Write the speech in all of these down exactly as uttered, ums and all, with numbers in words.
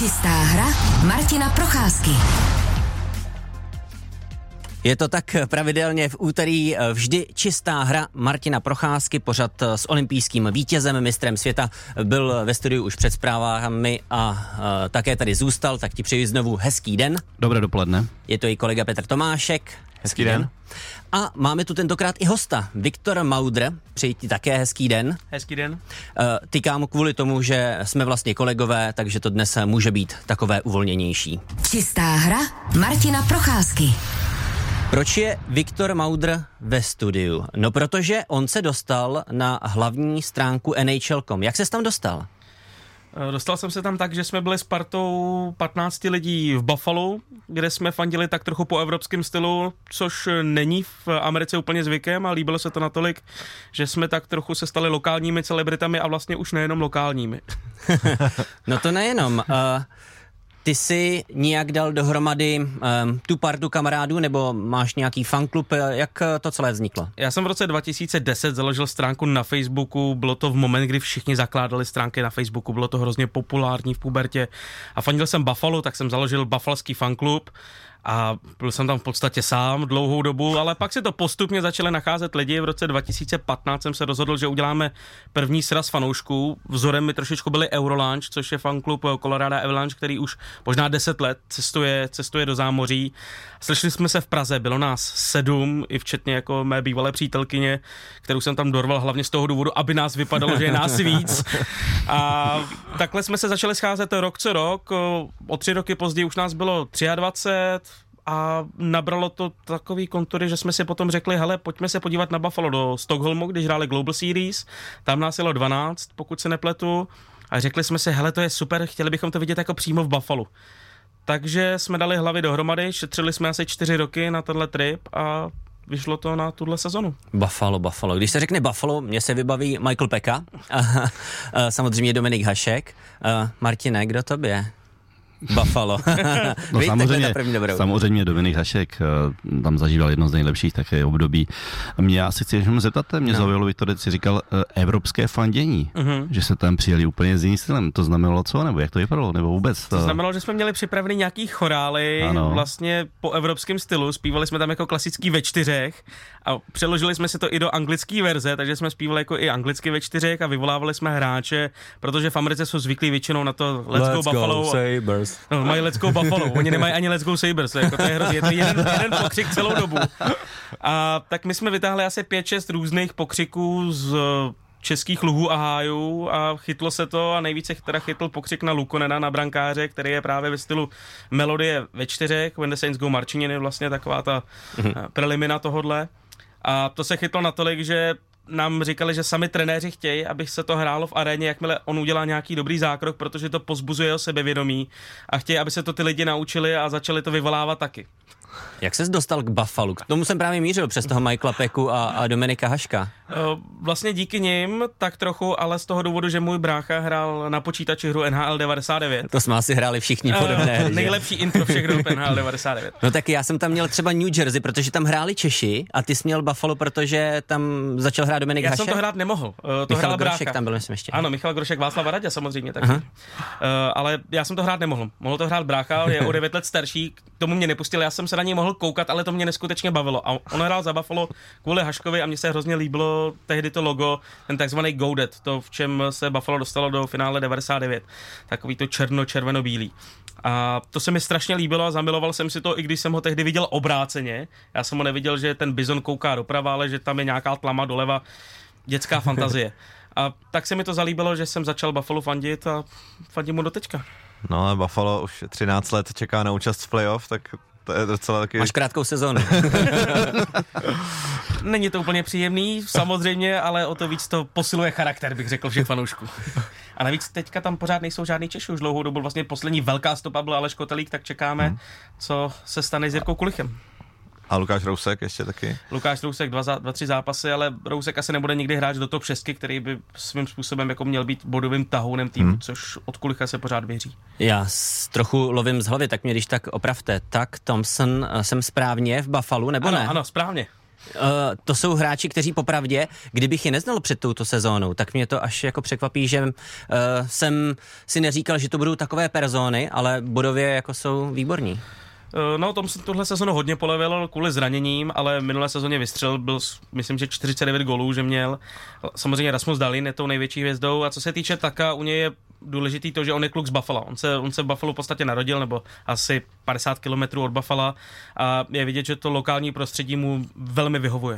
Čistá hra Martina Procházky. Je to tak pravidelně v úterý vždy čistá hra Martina Procházky, pořad s olympijským vítězem, mistrem světa. Byl ve studiu už před zprávami a, a také tady zůstal, tak ti přeji znovu hezký den. Dobré dopoledne. Je to i kolega Petr Tomášek. Hezký, hezký den. den. A máme tu tentokrát i hosta, Viktor Maudr, přeji ti také hezký den. Hezký den. Tykám kvůli tomu, že jsme vlastně kolegové, takže to dnes může být takové uvolněnější. Čistá hra Martina Procházky. Proč je Viktor Maudr ve studiu? No protože on se dostal na hlavní stránku N H L tečka com. Jak ses tam dostal? Dostal jsem se tam tak, že jsme byli s partou patnácti lidí v Buffalo, kde jsme fandili tak trochu po evropském stylu, což není v Americe úplně zvykem a líbilo se to natolik, že jsme tak trochu se stali lokálními celebritami a vlastně už nejenom lokálními. No to nejenom. Uh... Ty jsi nějak dal dohromady um, tu partu kamarádů, nebo máš nějaký fanklub? Jak to celé vzniklo? Já jsem v roce dva tisíce deset založil stránku na Facebooku, bylo to v moment, kdy všichni zakládali stránky na Facebooku, bylo to hrozně populární v pubertě a fandil jsem Buffalo, tak jsem založil buffalský fanklub a byl jsem tam v podstatě sám dlouhou dobu, ale pak si to postupně začaly nacházet lidi. V roce dva tisíce patnáct jsem se rozhodl, že uděláme první sraz fanoušků. Vzorem mi trošičku byli Eurolaunch, což je fanklub Colorado Avalanche, který už možná deset let cestuje, cestuje do zámoří. Slyšeli jsme se v Praze, bylo nás sedm, i včetně jako mé bývalé přítelkyně, kterou jsem tam dorval hlavně z toho důvodu, aby nás vypadalo, že je nás víc. A takhle jsme se začali scházet rok co rok. O tři roky později už nás bylo dvacet tři a nabralo to takový kontury, že jsme si potom řekli, hele, pojďme se podívat na Buffalo do Stockholmu, když hráli Global Series, tam nás jelo dvanáct, pokud se nepletu, a řekli jsme si, hele, to je super, chtěli bychom to vidět jako přímo v Buffalo. Takže jsme dali hlavy dohromady, šetřili jsme asi čtyři roky na tenhle trip a vyšlo to na tuhle sezonu. Buffalo, Buffalo. Když se řekne Buffalo, mně se vybaví Michael Pekka, samozřejmě Dominik Hašek. Martine, kdo tobě? Buffalo. No Víte, samozřejmě, samozřejmě Dominik Hašek tam zažíval jedno z nejlepších také období. Mě já si chci jenom zeptat, mě no. zaujalo, Viktor, si říkal evropské fandění, uh-huh. že se tam přijeli úplně s jiným stylem. To znamenalo co? Nebo jak to vypadalo? Nebo vůbec? To znamenalo, že jsme měli připravený nějaký chorály, ano. vlastně po evropském stylu. Zpívali jsme tam jako klasický ve čtyřech a přeložili jsme si to i do anglické verze, takže jsme zpívali jako i anglicky ve čtyřech a vyvolávali jsme hráče, protože v Americe jsou zvyklí většinou na to Let's, Let's go Buffalo. Go Sabres. No, mají Let's go Buffalo, oni nemají ani Let's go Sabres, jako to je hrozně, je to jeden, jeden pokřik celou dobu. A tak my jsme vytáhli asi pět šest různých pokřiků z českých luhů a hájů a chytlo se to a nejvíce teda chytl pokřik na Lukonena, na brankáře, který je právě ve stylu melodie ve čtyřech, When the Saints Go Marching, je vlastně taková ta mm-hmm. prelimina tohodle. A to se chytlo natolik, že nám říkali, že sami trenéři chtějí, aby se to hrálo v aréně, jakmile on udělá nějaký dobrý zákrok, protože to pozbuzuje jeho sebevědomí a chtějí, aby se to ty lidi naučili a začali to vyvolávat taky. Jak ses dostal k Buffalo? K tomu jsem právě mířil přes toho Michaela Pekku a, a Dominika Haška. Vlastně díky nim tak trochu, ale z toho důvodu, že můj brácha hrál na počítači hru N H L devadesát devět. To jsme asi hráli všichni podobné hry. Nejlepší intro všech dob N H L devadesát devět. No tak já jsem tam měl třeba New Jersey, protože tam hráli Češi a ty jsi měl Buffalo, protože tam začal hrát Dominik já Hašek. Já jsem to hrát nemohl. To Michal Grošek tam byl, myslím ještě. Ano, Michal Grošek, Václav Radě samozřejmě taky. Uh, ale já jsem to hrát nemohl. Mohl to hrát brácha, je o devět let starší, k tomu mě nepustil, já jsem se na něj mohl koukat, ale to mě neskutečně bavilo. A on hrál za Buffalo kvůli Haškovi a mně se hrozně líbilo tehdy to logo, ten takzvaný Goated, to v čem se Buffalo dostalo do finále devadesát devět. Takový to černo-červeno-bílý. A to se mi strašně líbilo a zamiloval jsem si to, i když jsem ho tehdy viděl obráceně. Já jsem ho neviděl, že ten bizon kouká doprava, ale že tam je nějaká tlama doleva, dětská fantazie. A tak se mi to zalíbilo, že jsem začal Buffalo fandit a fandím mu doteďka. No a Buffalo už třináct let čeká na účast v playoff, tak to je docela taky... Máš krátkou sezónu. Není to úplně příjemný, samozřejmě, ale o to víc to posiluje charakter, bych řekl, všech fanoušků. A navíc teďka tam pořád nejsou žádný Češi, už dlouhou dobu vlastně poslední velká stopa byla Aleš Kotelík, tak čekáme, hmm. co se stane s Jirkou Kulichem. A Lukáš Rousek ještě taky? Lukáš Rousek, dva, za, dva, tři zápasy, ale Rousek asi nebude nikdy hráč do top šest, který by svým způsobem jako měl být bodovým tahounem týmu, hmm. což od Kulicha se pořád věří. Já s, trochu lovím z hlavy, tak mě když tak opravte. Tak Thompson jsem správně v Buffalo, nebo ano, ne? Ano, správně. to jsou hráči, kteří popravdě, kdybych je neznal před touto sezónou, tak mě to až jako překvapí, že uh, jsem si neříkal, že to budou takové persony, ale bodově jako jsou výborní. No, Tom se tuhle sezonu hodně polevil kvůli zraněním, ale minulé sezóně vystřelil, byl, myslím, že čtyřicet devět gólů, že měl. Samozřejmě Rasmus Dahlin je tou největší hvězdou a co se týče Taka, u něj je důležitý to, že on je kluk z Buffalo. On se, on se v Buffalo v podstatě narodil, nebo asi padesát kilometrů od Buffalo a je vidět, že to lokální prostředí mu velmi vyhovuje.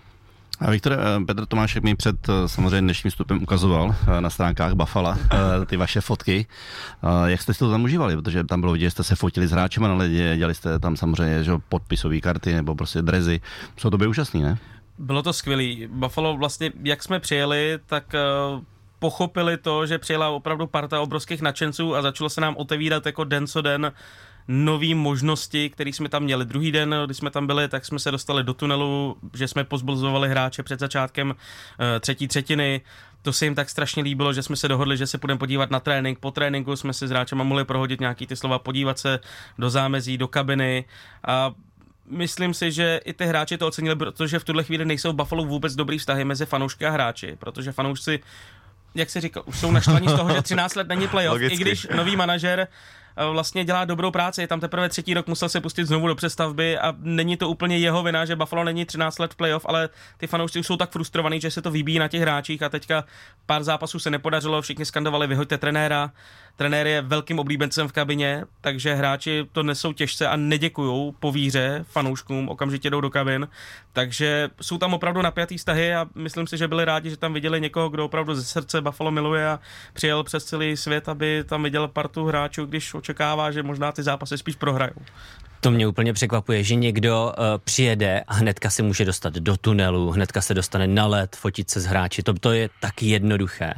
A Viktor, Petr Tomášek mi před samozřejmě dnešním vstupem ukazoval na stránkách Buffalo ty vaše fotky. Jak jste si to tam užívali? Protože tam bylo vidět, že jste se fotili s hráčema na ledě, dělali jste tam samozřejmě že, podpisové karty nebo prostě drezy. Co to bylo úžasný, ne? Bylo to skvělý. Buffalo vlastně, jak jsme přijeli, tak uh, pochopili to, že přijela opravdu parta obrovských nadšenců a začalo se nám otevírat jako den co den nový možnosti, které jsme tam měli. Druhý den, když jsme tam byli, tak jsme se dostali do tunelu, že jsme pozbuzovali hráče před začátkem uh, třetí třetiny. To se jim tak strašně líbilo, že jsme se dohodli, že se půjdeme podívat na trénink. Po tréninku jsme si s hráčema mohli prohodit nějaký ty slova, podívat se do zámezí, do kabiny a myslím si, že i ty hráči to ocenili, protože v tuhle chvíli nejsou v Buffalo vůbec dobrý vztahy mezi fanoušky a hráči, protože fanoušci, jak se říká, už jsou naštvaní z toho, že třináct let není playoff, logicky. I když nový manažer vlastně dělá dobrou práci, je tam teprve třetí rok, musel se pustit znovu do přestavby a není to úplně jeho vina, že Buffalo není třináct let v playoff, ale ty fanoušci už jsou tak frustrovaní, že se to vybíjí na těch hráčích a teďka pár zápasů se nepodařilo, všichni skandovali vyhoďte trenéra, trenér je velkým oblíbencem v kabině, takže hráči to nesou těžce a neděkujou po víře fanouškům, okamžitě jdou do kabin, takže jsou tam opravdu napjatý vztahy a myslím si, že byli rádi, že tam viděli někoho, kdo opravdu ze srdce Buffalo miluje a přijel přes celý svět, aby tam viděl partu hráčů, když očekává, že možná ty zápasy spíš prohrajou. To mě úplně překvapuje, že někdo uh, přijede a hnedka se může dostat do tunelu, hnedka se dostane na led, fotit se s hráči. To, to je tak jednoduché.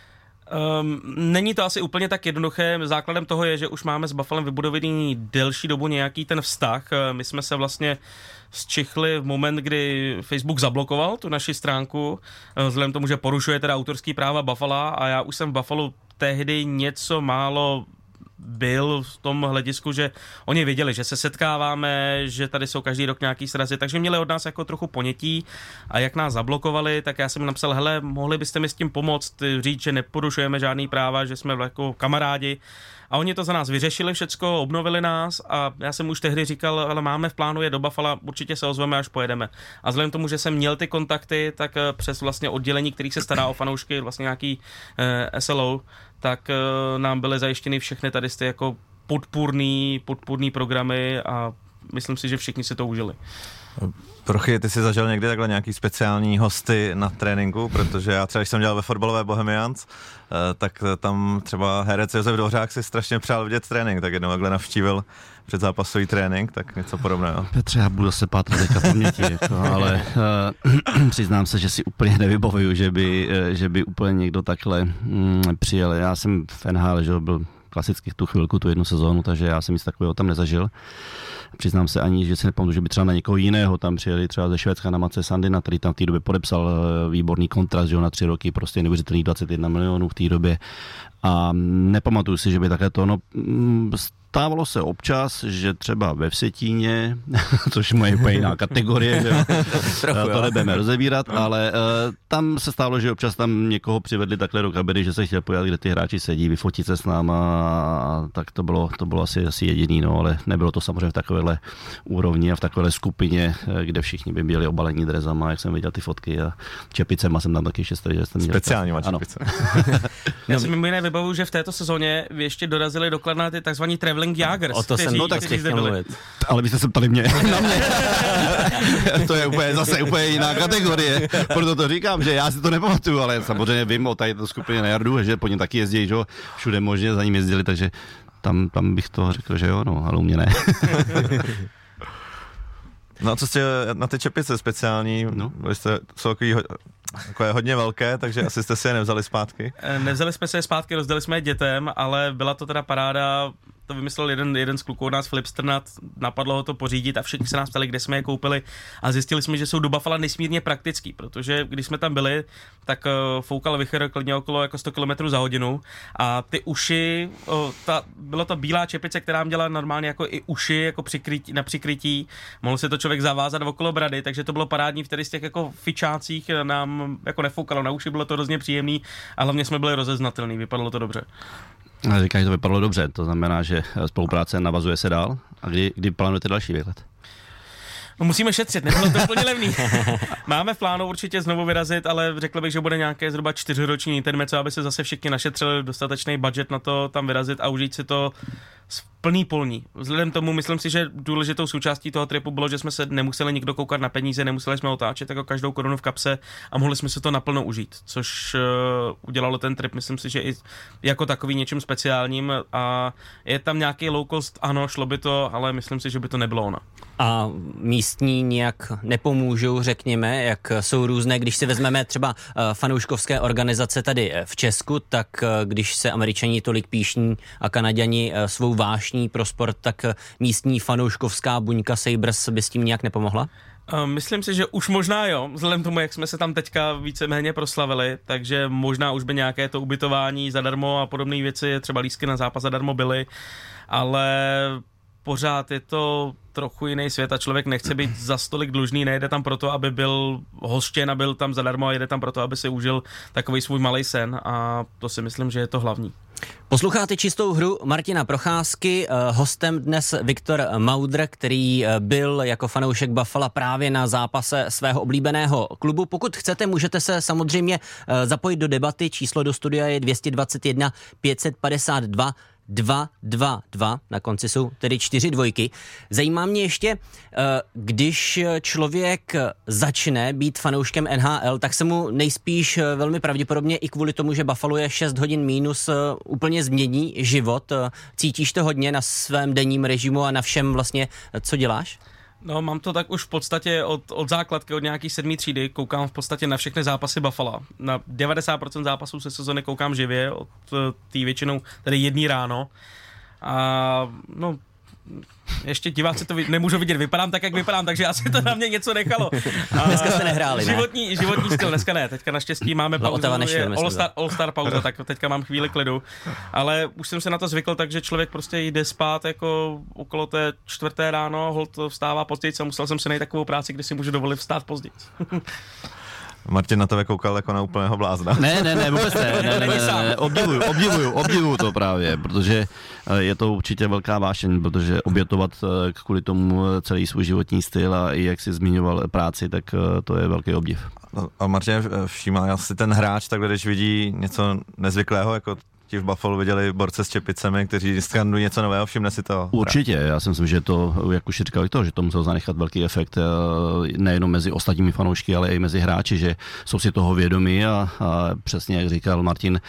Um, není to asi úplně tak jednoduché. Základem toho je, že už máme s Buffalem vybudovaný delší dobu nějaký ten vztah. My jsme se vlastně zčichli v moment, kdy Facebook zablokoval tu naši stránku, vzhledem tomu, že porušuje teda autorský práva Buffala a já už jsem v Buffalo tehdy něco málo byl v tom hledisku, že oni věděli, že se setkáváme, že tady jsou každý rok nějaký srazy, takže měli od nás jako trochu ponětí a jak nás zablokovali, tak já jsem napsal, hele, mohli byste mi s tím pomoct, říct, že neporušujeme žádný práva, že jsme jako kamarádi a oni to za nás vyřešili všecko, obnovili nás a já jsem už tehdy říkal, ale máme v plánu je do Buffala, určitě se ozveme, až pojedeme. A vzhledem k tomu, že jsem měl ty kontakty, tak přes vlastně oddělení, který se stará o fanoušky, vlastně nějaký eh, S L O, tak uh, nám byly zajištěny všechny tady ty jako podpůrný, podpůrný programy a myslím si, že všichni si to užili. Prochy, ty jsi zažil někdy takhle nějaký speciální hosty na tréninku, protože já třeba, když jsem dělal ve fotbalové Bohemians, tak tam třeba herec Josef Dvořák si strašně přál vidět trénink, tak jednou takhle navštívil předzápasový trénink, tak něco podobného. Petře, já budu se pátrat teďka v paměti, jako, ale uh, přiznám se, že si úplně nevybavuju, že by, že by úplně někdo takhle mm, přijel. Já jsem v N H L, že byl klasicky tu chvilku, tu jednu sezónu, takže já jsem nic takového tam nezažil. Přiznám se ani, že si nepamatuju, že by třeba na někoho jiného tam přijeli třeba ze Švédska na Mace Sandina, který tam v té době podepsal výborný kontrakt, že na tři roky, prostě neuvěřitelných dvacet jedna milionů v té době. A nepamatuju si, že by také to, no, stávalo se občas, že třeba ve Vsetíně, což je moje úplně jiná kategorie, že to nebudeme rozebírat, ale uh, tam se stalo, že občas tam někoho přivedli takhle do kabiny, že se chtěl podívat, kde ty hráči sedí, vyfotit se s náma, a tak to bylo, to bylo asi, asi jediný, no, ale nebylo to samozřejmě v takovéhle úrovni a v takovéhle skupině, kde všichni by byli obalení drezama, jak jsem viděl ty fotky a čepicema jsem tam taky šestý, že jsem měl. Speciální čepice. Já si mimo jiné vybavuju, že v této sezóně ještě dorazili do Kladna ty takzvaní traveling Jagers. O to jsem no, tak chtěl mluvit. Ale vy jste se ptali mě. Na mě. To je úplně zase úplně jiná kategorie. Proto to říkám, že já si to nepamatuju, ale samozřejmě vím o tady skupině na Jardu, že po něm taky jezdí, že všude možně za ním jezdili, takže tam, tam bych to řekl, že jo, no, ale u mě ne. No a co jste na ty čepice speciální, no. Jste, jsou takový, takové hodně velké, takže asi jste si je nevzali zpátky? Nevzali jsme si je zpátky, rozdali jsme je dětem, ale byla to teda paráda. to vymyslel jeden, jeden z kluků od nás, Filip Strnad, napadlo ho to pořídit a všichni se nás ptali, kde jsme je koupili a zjistili jsme, že jsou do Buffala nesmírně praktický, protože když jsme tam byli, tak uh, foukal vichr klidně okolo jako sto kilometrů za hodinu a ty uši, uh, ta, byla to bílá čepice, která měla normálně jako i uši jako přikrytí, na přikrytí, mohl se to člověk zavázat okolo brady, takže to bylo parádní v tady z těch jako fičácích nám jako nefoukalo na uši, bylo to hrozně příjemný a hlavně jsme byli rozeznatelný, vypadalo to dobře. Říkají, to vypadalo dobře, to znamená, že spolupráce navazuje se dál. A kdy, kdy plánujete další výlet? No musíme šetřit, nebylo to úplně levný. Máme v plánu určitě znovu vyrazit, ale řekl bych, že bude nějaké zhruba čtyřroční intermezzo, aby se zase všichni našetřili dostatečný budget na to tam vyrazit a užít si to plný polní. Vzhledem tomu myslím si, že důležitou součástí toho tripu bylo, že jsme se nemuseli nikdo koukat na peníze, nemuseli jsme otáčet jako každou korunu v kapse a mohli jsme se to naplno užít, což uh, udělalo ten trip, myslím si, že i jako takový něčím speciálním a je tam nějaký low cost, ano, šlo by to, ale myslím si, že by to nebylo ono. A místní nějak nepomůžou, řekněme, jak jsou různé, když si vezmeme třeba fanouškovské organizace tady v Česku, tak když se Američani tolik píšní a Kanaďani svou vášní pro sport, tak místní fanouškovská buňka Sabres by s tím nějak nepomohla? Myslím si, že už možná jo, vzhledem tomu, jak jsme se tam teďka víceméně proslavili, takže možná už by nějaké to ubytování zadarmo a podobné věci, třeba lístky na zápas zadarmo byly, ale pořád je to trochu jiný svět a člověk nechce být za stolik dlužný, nejde tam proto, aby byl hoštěn a byl tam zadarmo a jede tam proto, aby si užil takový svůj malej sen a to si myslím, že je to hlavní. Posloucháte Čistou hru Martina Procházky, hostem dnes Viktor Maudr, který byl jako fanoušek Buffala právě na zápase svého oblíbeného klubu. Pokud chcete, můžete se samozřejmě zapojit do debaty, číslo do studia je dvě stě dvacet jedna pět set padesát dva dva dva dva, na konci jsou tedy čtyři dvojky. Zajímá mě ještě, když člověk začne být fanouškem N H L, tak se mu nejspíš velmi pravděpodobně i kvůli tomu, že Buffalo je šest hodin mínus, úplně změní život. Cítíš to hodně na svém denním režimu a na všem vlastně, co děláš? No, mám to tak už v podstatě od, od základky, od nějaký sedmý třídy, koukám v podstatě na všechny zápasy Buffala. Na devadesát procent zápasů se sezony koukám živě, od té většinou tedy jedný ráno. A no, ještě diváci to nemůžu vidět, vypadám tak, jak vypadám, takže asi to na mě něco nechalo. A dneska jste nehráli, ne? Životní, životní styl, dneska ne, teďka naštěstí máme pauzu, je all-star, all-star pauza, tak teďka mám chvíli klidu, ale už jsem se na to zvykl, takže člověk prostě jde spát jako okolo té čtvrté ráno, holt vstává později a musel jsem se najít takovou práci, kdy si můžu dovolit vstát později. Martin na tebe koukal jako na úplného blázna. Ne, ne, ne, vůbec ne, ne, ne, ne, ne. Obdivuju, obdivuju, obdivuju to právě, protože je to určitě velká vášeň, protože obětovat kvůli tomu celý svůj životní styl a i jak jsi zmiňoval práci, tak to je velký obdiv. A Martin všímá si ten hráč, tak když vidí něco nezvyklého, jako ti v Buffalo viděli borce s čepicemi, kteří skandují něco nového, všimne si to? Určitě, já si myslím, že to, jak už říkali to, že to musel zanechat velký efekt nejenom mezi ostatními fanoušky, ale i mezi hráči, že jsou si toho vědomí a, a přesně jak říkal Martin,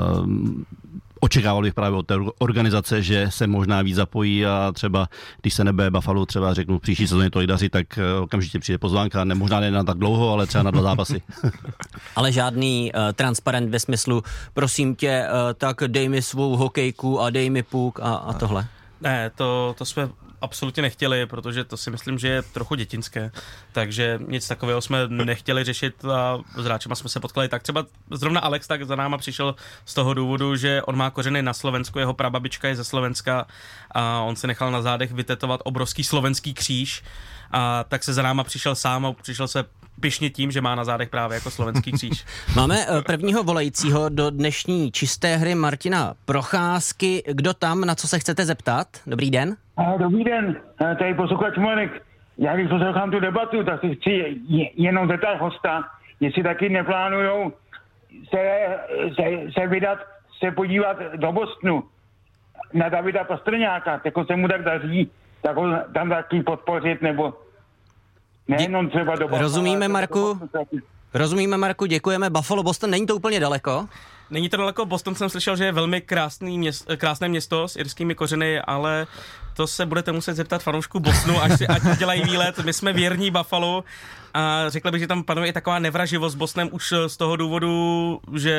očekával bych právě od té organizace, že se možná víc zapojí a třeba, když se nebe Buffalo třeba řeknu příští sezóně to daří, tak okamžitě přijde pozvánka, ne, možná ne na tak dlouho, ale třeba na dva zápasy. Ale žádný uh, transparent ve smyslu, prosím tě, uh, tak dej mi svou hokejku a dej mi puk a, a tohle. Ne, to, to jsme absolutně nechtěli, protože to si myslím, že je trochu dětinské, takže nic takového jsme nechtěli řešit a s hráčema jsme se potkali. Tak třeba zrovna Alex tak za náma přišel z toho důvodu, že on má kořeny na Slovensku, jeho prababička je ze Slovenska a on si nechal na zádech vytetovat obrovský slovenský kříž a tak se za náma přišel sám a přišel se pyšně tím, že má na zádech právě jako slovenský kříž. Máme prvního volajícího do dnešní čisté hry Martina Procházky. Kdo tam, na co se chcete zeptat? Dobrý den. Dobrý den, tady posluchač Marek. Já když poslouchám tu debatu, tak si chci jenom zeptat hosta, jestli taky neplánujou se, se, se vydat, se podívat do Bostonu na Davida Pastrňáka, jako se mu tak daří, tak ho tam taky podpořit, nebo nejenom třeba do Buffalo. Rozumíme, Marku? Rozumíme, Marku, děkujeme. Buffalo, Boston, není to úplně daleko? Není to daleko, Boston jsem slyšel, že je velmi krásný město, krásné město s irskými kořeny, ale to se budete muset zeptat fanoušku Bostonu, až si ať dělají výlet. My jsme věrní Buffalo a řekl bych, že tam panuje i taková nevraživost s Bostonem už z toho důvodu, že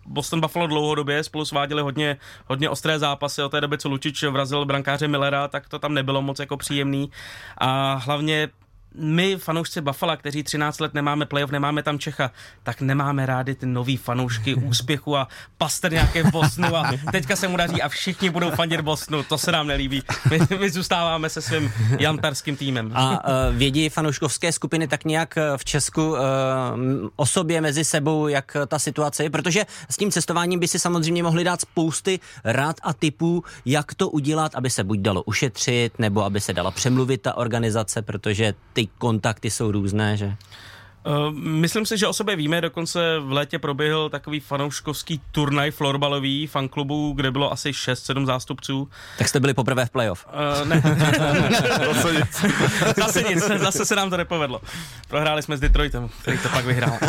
Boston Buffalo dlouhodobě spolu sváděli hodně, hodně ostré zápasy. Od té doby, co Lučič vrazil brankáře Millera, tak to tam nebylo moc jako příjemný. A hlavně my, fanoušci Buffalo, kteří třináct let nemáme playoff, nemáme tam Čecha, tak nemáme rádi ty nový fanoušky úspěchu a Pastrňáky v Bostonu a teďka se mu daří a všichni budou fandit Bostonu, to se nám nelíbí. My, my zůstáváme se svým jantarským týmem. A uh, vědí fanouškovské skupiny tak nějak v Česku uh, o sobě mezi sebou, jak ta situace je, protože s tím cestováním by si samozřejmě mohli dát spousty rád a tipů, jak to udělat, aby se buď dalo ušetřit, nebo aby se dala přemluvit ta organizace, protože ty kontakty jsou různé, že? Uh, myslím si, že o sobě víme, dokonce v létě proběhl takový fanouškovský turnaj florbalový fanklubu, kde bylo asi šest sedm zástupců. Tak jste byli poprvé v playoff? Uh, ne. zase nic. Zase nic, zase se nám to nepovedlo. Prohráli jsme s Detroitem, který to pak vyhrál.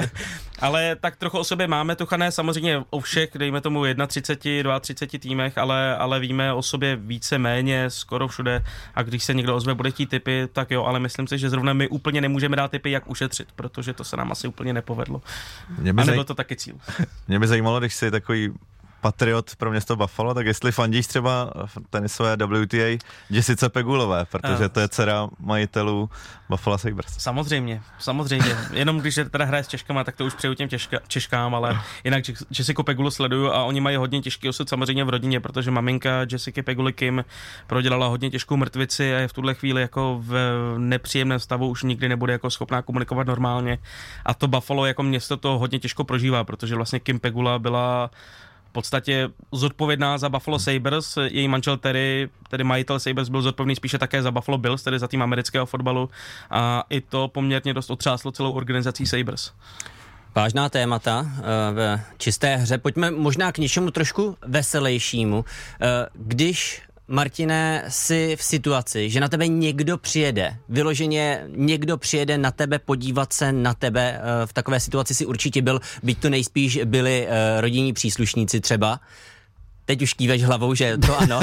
Ale tak trochu o sobě máme, tuchané samozřejmě o všech, dejme tomu třicet jedna, třicet dva týmech, ale, ale víme o sobě více méně, skoro všude a když se někdo ozve, bude chtít tipy, tak jo, ale myslím si, že zrovna my úplně nemůžeme dát tipy, jak ušetřit, protože to se nám asi úplně nepovedlo. A nebyl to taky cíl. Mě by zajímalo, když jsi takový patriot pro město Buffalo, tak jestli fandíš třeba tenisové W T A Jessice Pegulové, protože to je dcera majitelů Buffalo Sabres. Samozřejmě, samozřejmě. Jenom když teda hraje s Češkama, tak to už přeju těm těžka, Češkám, ale jinak Jessiku Pegulu sleduju a oni mají hodně těžký osud samozřejmě v rodině, protože maminka Jessiky Peguly Kim prodělala hodně těžkou mrtvici a je v tuhle chvíli jako v nepříjemném stavu, už nikdy nebude jako schopná komunikovat normálně. A to Buffalo jako město to hodně těžko prožívá, protože vlastně Kim Pegula byla v podstatě zodpovědná za Buffalo Sabres, její manžel Terry, tedy majitel Sabres, byl zodpovědný spíše také za Buffalo Bills, tedy za tým amerického fotbalu a i to poměrně dost otřáslo celou organizací Sabres. Vážná témata v čisté hře. Pojďme možná k něčemu trošku veselějšímu. Když, Martine, jsi v situaci, že na tebe někdo přijede, vyloženě někdo přijede na tebe podívat se na tebe, v takové situaci si určitě byl, byť to nejspíš byli rodinní příslušníci třeba, teď už kýveš hlavou, že to ano,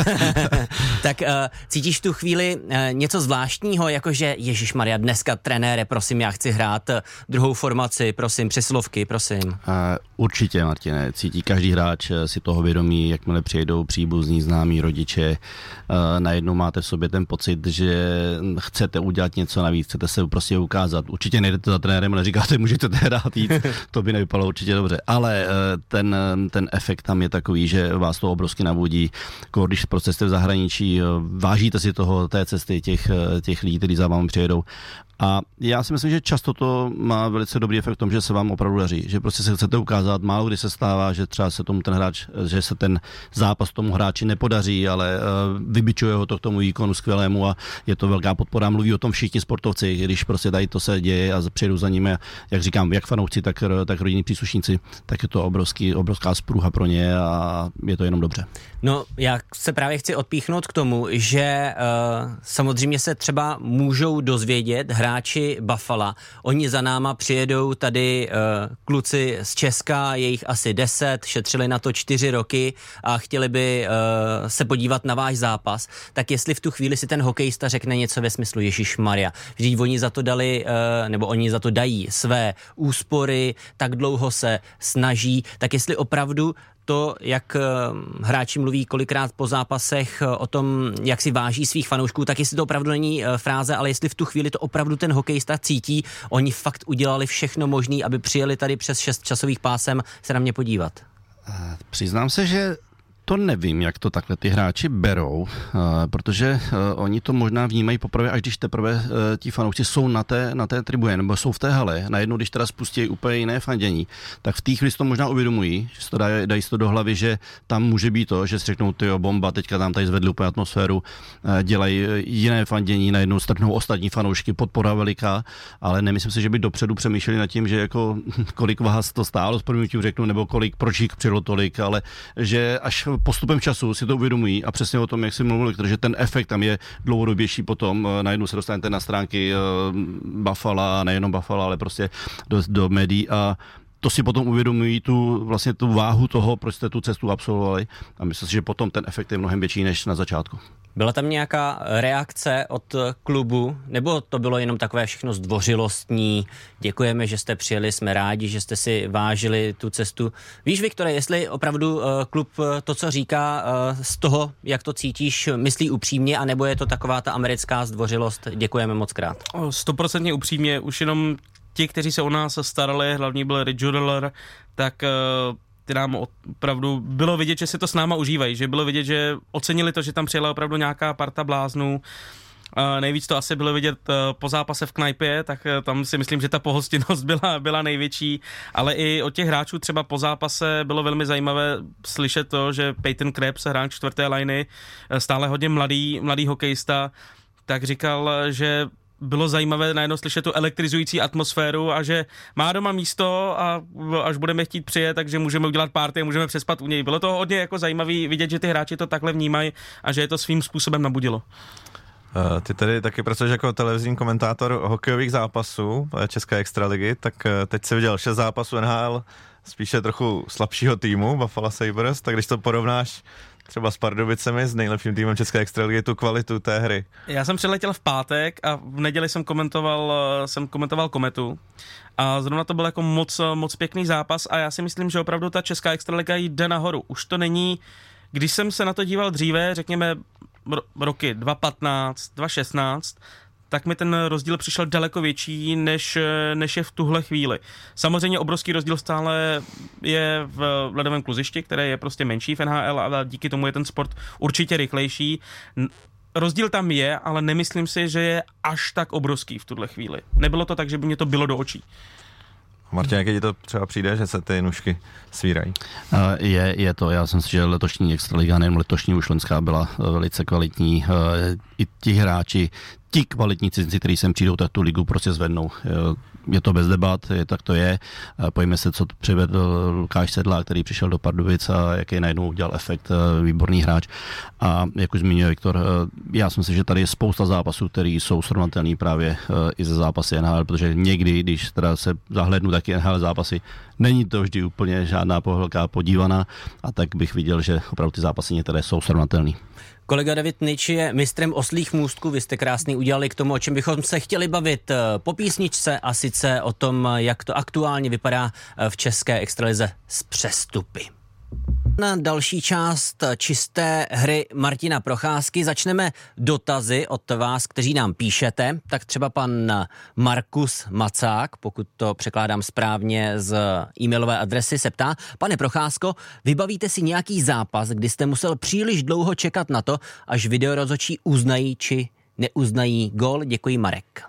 tak uh, cítíš v tu chvíli uh, něco zvláštního, jakože ježišmarja, dneska trenére, prosím, já chci hrát uh, druhou formaci, prosím, přeslovky, prosím. Uh, určitě, Martine, cítí každý hráč si toho vědomí, jakmile přijedou příbuzní, známí rodiče, uh, najednou máte v sobě ten pocit, že chcete udělat něco navíc, chcete se prostě ukázat. Určitě nejdete za trenérem, ale říkáte, můžete hrát jít, to by nevypadalo určitě dobře, ale uh, ten, ten efekt tam je takový, že vás to obrovsky nabudí, jako když pro cesty v zahraničí, vážíte si toho, té cesty těch, těch lidí, kteří za vámi přijedou. A já si myslím, že často to má velice dobrý efekt v tom, že se vám opravdu daří, že prostě se chcete ukázat, málo kdy se stává, že třeba se tomu ten hráč, že se ten zápas tomu hráči nepodaří, ale uh, vybičuje ho to k tomu výkonu skvělému a je to velká podpora. Mluví o tom všichni sportovci, když prostě tady to se děje a přijedou za nimi, jak říkám, jak fanoušci, tak, tak rodinní příslušníci, tak je to obrovský, obrovská spruha pro ně a je to jenom dobře. No, já se právě chci odpíchnout k tomu, že uh, samozřejmě se třeba můžou dozvědět hráči Buffalo. Oni za náma přijedou tady uh, kluci z Česka, je jich asi deset, šetřili na to čtyři roky a chtěli by uh, se podívat na váš zápas. Tak jestli v tu chvíli si ten hokejista řekne něco ve smyslu ježišmarja, vždyť oni za to dali, uh, nebo oni za to dají své úspory, tak dlouho se snaží, tak jestli opravdu to, jak hráči mluví kolikrát po zápasech o tom, jak si váží svých fanoušků, tak jestli to opravdu není fráze, ale jestli v tu chvíli to opravdu ten hokejista cítí, oni fakt udělali všechno možné, aby přijeli tady přes šest časových pásem se na mě podívat. Přiznám se, že to nevím, jak to takhle ty hráči berou, uh, protože uh, oni to možná vnímají poprvé, až když teprve uh, ti fanoušci jsou na té, na té tribuně, nebo jsou v té hale. Najednou, když teda spustí úplně jiné fandění, tak v té chvíli to možná uvědomují, že si to dají, dají si to do hlavy, že tam může být to, že si řeknou, tyjo, bomba, teďka tam tady zvedli úplně atmosféru, uh, dělají jiné fandění, najednou strhnou ostatní fanoušky, podpora veliká, ale nemyslím si, že by dopředu přemýšleli nad tím, že jako kolik vás to stálo, s prvním řeknu, nebo kolik, proč jich přijelo tolik, ale že až postupem času si to uvědomují a přesně o tom, jak si mluvili, protože ten efekt tam je dlouhodobější potom, najednou se dostanete na stránky Buffalo, nejenom Buffalo, ale prostě do, do médií a to si potom uvědomují tu, vlastně tu váhu toho, proč jste tu cestu absolvovali a myslím si, že potom ten efekt je mnohem větší než na začátku. Byla tam nějaká reakce od klubu, nebo to bylo jenom takové všechno zdvořilostní? Děkujeme, že jste přijeli, jsme rádi, že jste si vážili tu cestu. Víš, Viktore, jestli opravdu klub to, co říká, z toho, jak to cítíš, myslí upřímně, anebo je to taková ta americká zdvořilost? Děkujeme moc krát. Stoprocentně upřímně, už jenom ti, kteří se o nás starali, hlavně byl Rich Judler, tak ty nám opravdu bylo vidět, že si to s náma užívají, že bylo vidět, že ocenili to, že tam přijela opravdu nějaká parta bláznů. Uh, nejvíc to asi bylo vidět uh, po zápase v knajpě, tak uh, tam si myslím, že ta pohostinnost byla, byla největší, ale i od těch hráčů třeba po zápase bylo velmi zajímavé slyšet to, že Peyton Krebs, hráč čtvrté liny, uh, stále hodně mladý, mladý hokejista, tak říkal, že bylo zajímavé najednou slyšet tu elektrizující atmosféru a že má doma místo a až budeme chtít přijet, takže můžeme udělat party a můžeme přespat u něj. Bylo to hodně jako zajímavý vidět, že ty hráči to takhle vnímají a že je to svým způsobem nabudilo. Uh, ty tedy taky pracuješ jako televizní komentátor hokejových zápasů České extraligy, tak uh, teď jsi viděl šest zápasů N H L, spíše trochu slabšího týmu, Buffalo Sabres, tak když to porovnáš třeba s Pardubicemi, s nejlepším týmem České extraligy, tu kvalitu té hry. Já jsem přiletěl v pátek a v neděli jsem komentoval, jsem komentoval Kometu a zrovna to byl jako moc, moc pěkný zápas a já si myslím, že opravdu ta Česká extraliga jde nahoru. Už to není, když jsem se na to díval dříve, řekněme roky dva tisíce patnáct, dva tisíce šestnáct, tak mi ten rozdíl přišel daleko větší, než, než je v tuhle chvíli. Samozřejmě obrovský rozdíl stále je v ledovém kluzišti, které je prostě menší v N H L a díky tomu je ten sport určitě rychlejší. Rozdíl tam je, ale nemyslím si, že je až tak obrovský v tuhle chvíli. Nebylo to tak, že by mě to bylo do očí. Martin, jak ti to třeba přijde, že se ty nůžky svírají? Je, je to, já jsem si, že letošní extraliga, nejen letošní, už loňská byla velice kvalitní. I ti hráči, ti kvalitní cizinci, kteří sem přijdou, tak tu ligu prostě zvednou. Je to bez debat, je, tak to je. Pojďme se, co přivedl Lukáš Sedlák, který přišel do Pardubic a jaký najednou udělal efekt, výborný hráč. A jak už zmínil Viktor, já si myslím, že tady je spousta zápasů, které jsou srovnatelné právě i ze zápasy N H L, protože někdy, když teda se zahlednu taky N H L zápasy, není to vždy úplně žádná velká podívaná a tak bych viděl, že opravdu ty zápasy některé jsou srovnatelné. Kolega David Nič je mistrem oslích můstků, vy jste krásný udělali k tomu, o čem bychom se chtěli bavit po písničce a sice o tom, jak to aktuálně vypadá v České extralize s přestupy. Na další část čisté hry Martina Procházky začneme dotazy od vás, kteří nám píšete. Tak třeba pan Markus Macák, pokud to překládám správně z e-mailové adresy, se ptá: pane Procházko, vybavíte si nějaký zápas, kdy jste musel příliš dlouho čekat na to, až videorozhodčí uznají či neuznají gól? Děkuji, Marek.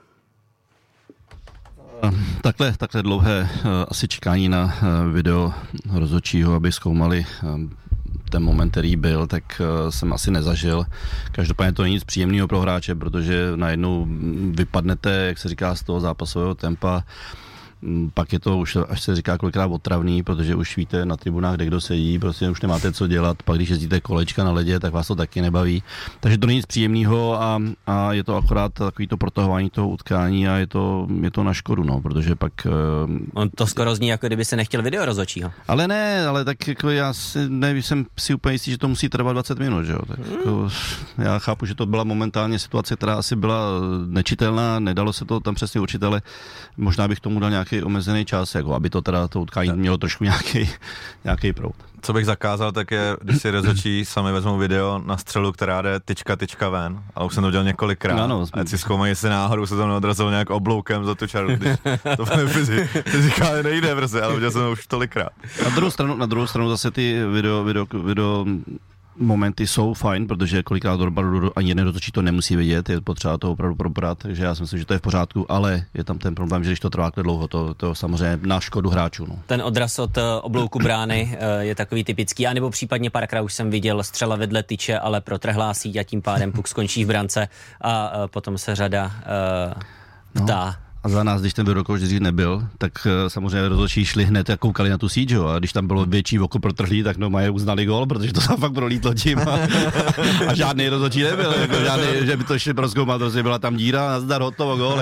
Takhle, takhle dlouhé uh, asi čekání na uh, video rozhodčího, aby zkoumali uh, ten moment, který byl, tak uh, jsem asi nezažil. Každopádně to není nic příjemného pro hráče, protože najednou vypadnete, jak se říká, z toho zápasového tempa. Pak je to už, až se říká, kolikrát otravný, protože už víte na tribunách, kde kdo sedí, prostě už nemáte co dělat. Pak když jezdíte kolečka na ledě, tak vás to taky nebaví. Takže to není nic příjemného a, a je to akorát takový to protahování toho utkání a je to, je to na škodu, no, protože pak... On to skoro zní, jako kdyby se nechtěl video rozhodčího. Ale ne, ale tak jako já si, ne, jsem si úplně jistý, že to musí trvat dvacet minut, že jo. Tak hmm. jako, já chápu, že to byla momentálně situace, která asi byla nečitelná, nedalo se to tam přesně určit, ale možná bych tomu dal nějaký omezený čas, jako aby to teda to utkání mělo trošku nějaký, nějaký proud. Co bych zakázal, tak je, když si rozhodčí sami vezmou video na střelu, která jde tyčka, tyčka ven, ale už jsem to dělal několikrát. Ano, a si zkoumají, jestli náhodou se tam neodrazil nějak obloukem za tu čaru, když to fyzikálně nejde prostě, ale udělal jsem to už tolikrát. Na druhou stranu, na druhou stranu zase ty video, video, video momenty jsou fajn, protože kolikrát do opravdu ani jeden rozhodčí to nemusí vidět, je potřeba to opravdu probrat, takže já si myslím, že to je v pořádku, ale je tam ten problém, že když to trvá dlouho, to, to samozřejmě na škodu hráčů. No. Ten odraz od oblouku brány je takový typický, anebo případně párkrát už jsem viděl střela vedle tyče, ale protrhlá síť a tím pádem puk skončí v brance a potom se řada uh, ptá. No. A za nás, když ten videokouč dřív nebyl, tak uh, samozřejmě rozhodčí šli hned a koukali na tu síť, jo? A když tam bylo větší oko protrhlý, tak no mají uznali gól, protože to tam fakt prolítlo tím a, a žádný rozhodčí nebyl, jako žádný, že by to šli prozkoumat, protože byla tam díra, nazdar, hotovo, gól,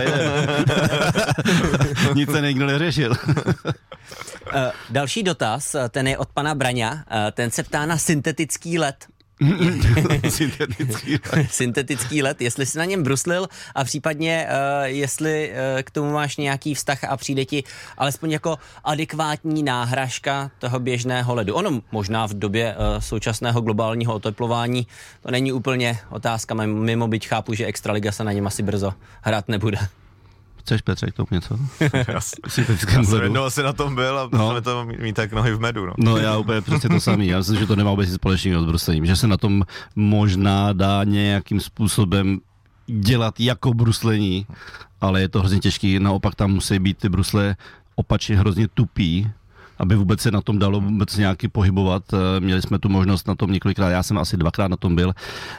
nic se nikdo neřešil. Další dotaz, ten je od pana Braňa, ten se ptá na syntetický led. Syntetický led. Syntetický led, jestli jsi na něm bruslil a případně uh, jestli uh, k tomu máš nějaký vztah a přijde ti alespoň jako adekvátní náhražka toho běžného ledu. Ono možná v době uh, současného globálního oteplování to není úplně otázka mimo, byť chápu, že Extraliga se na něm asi brzo hrát nebude. Chceš, Petře, k tomu něco? Já jsem jednou asi na tom byl a no. to mít tak nohy v medu. No, no já úplně přesně to samý. Já myslím, že to nemá vůbec společného s bruslením. Že se na tom možná dá nějakým způsobem dělat jako bruslení, ale je to hrozně těžký. Naopak tam musí být ty brusle opačně hrozně tupý, aby vůbec se na tom dalo vůbec nějaký pohybovat. Měli jsme tu možnost na tom několikrát, já jsem asi dvakrát na tom byl.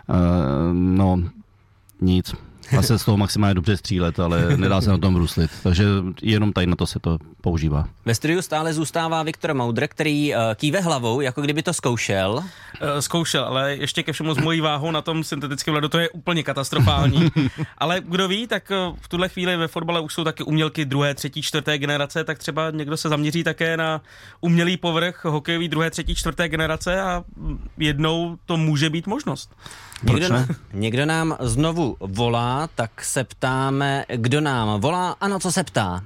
No, nic. Vlastně z toho maximálně dobře střílet, ale nedá se na tom bruslit. Takže jenom tady na to se to používá. Ve studiu stále zůstává Viktor Moudr, který uh, kýve hlavou, jako kdyby to zkoušel. Uh, zkoušel, ale ještě ke všemu s mojí váhou na tom syntetickém ledu, to je úplně katastrofální. Ale kdo ví, tak v tuhle chvíli ve fotbale už jsou taky umělky druhé, třetí, čtvrté generace, tak třeba někdo se zaměří také na umělý povrch hokejový druhé, třetí, čtvrté generace a jednou to může být možnost. Někdo, někdo nám znovu volá, tak se ptáme, kdo nám volá a na co se ptá.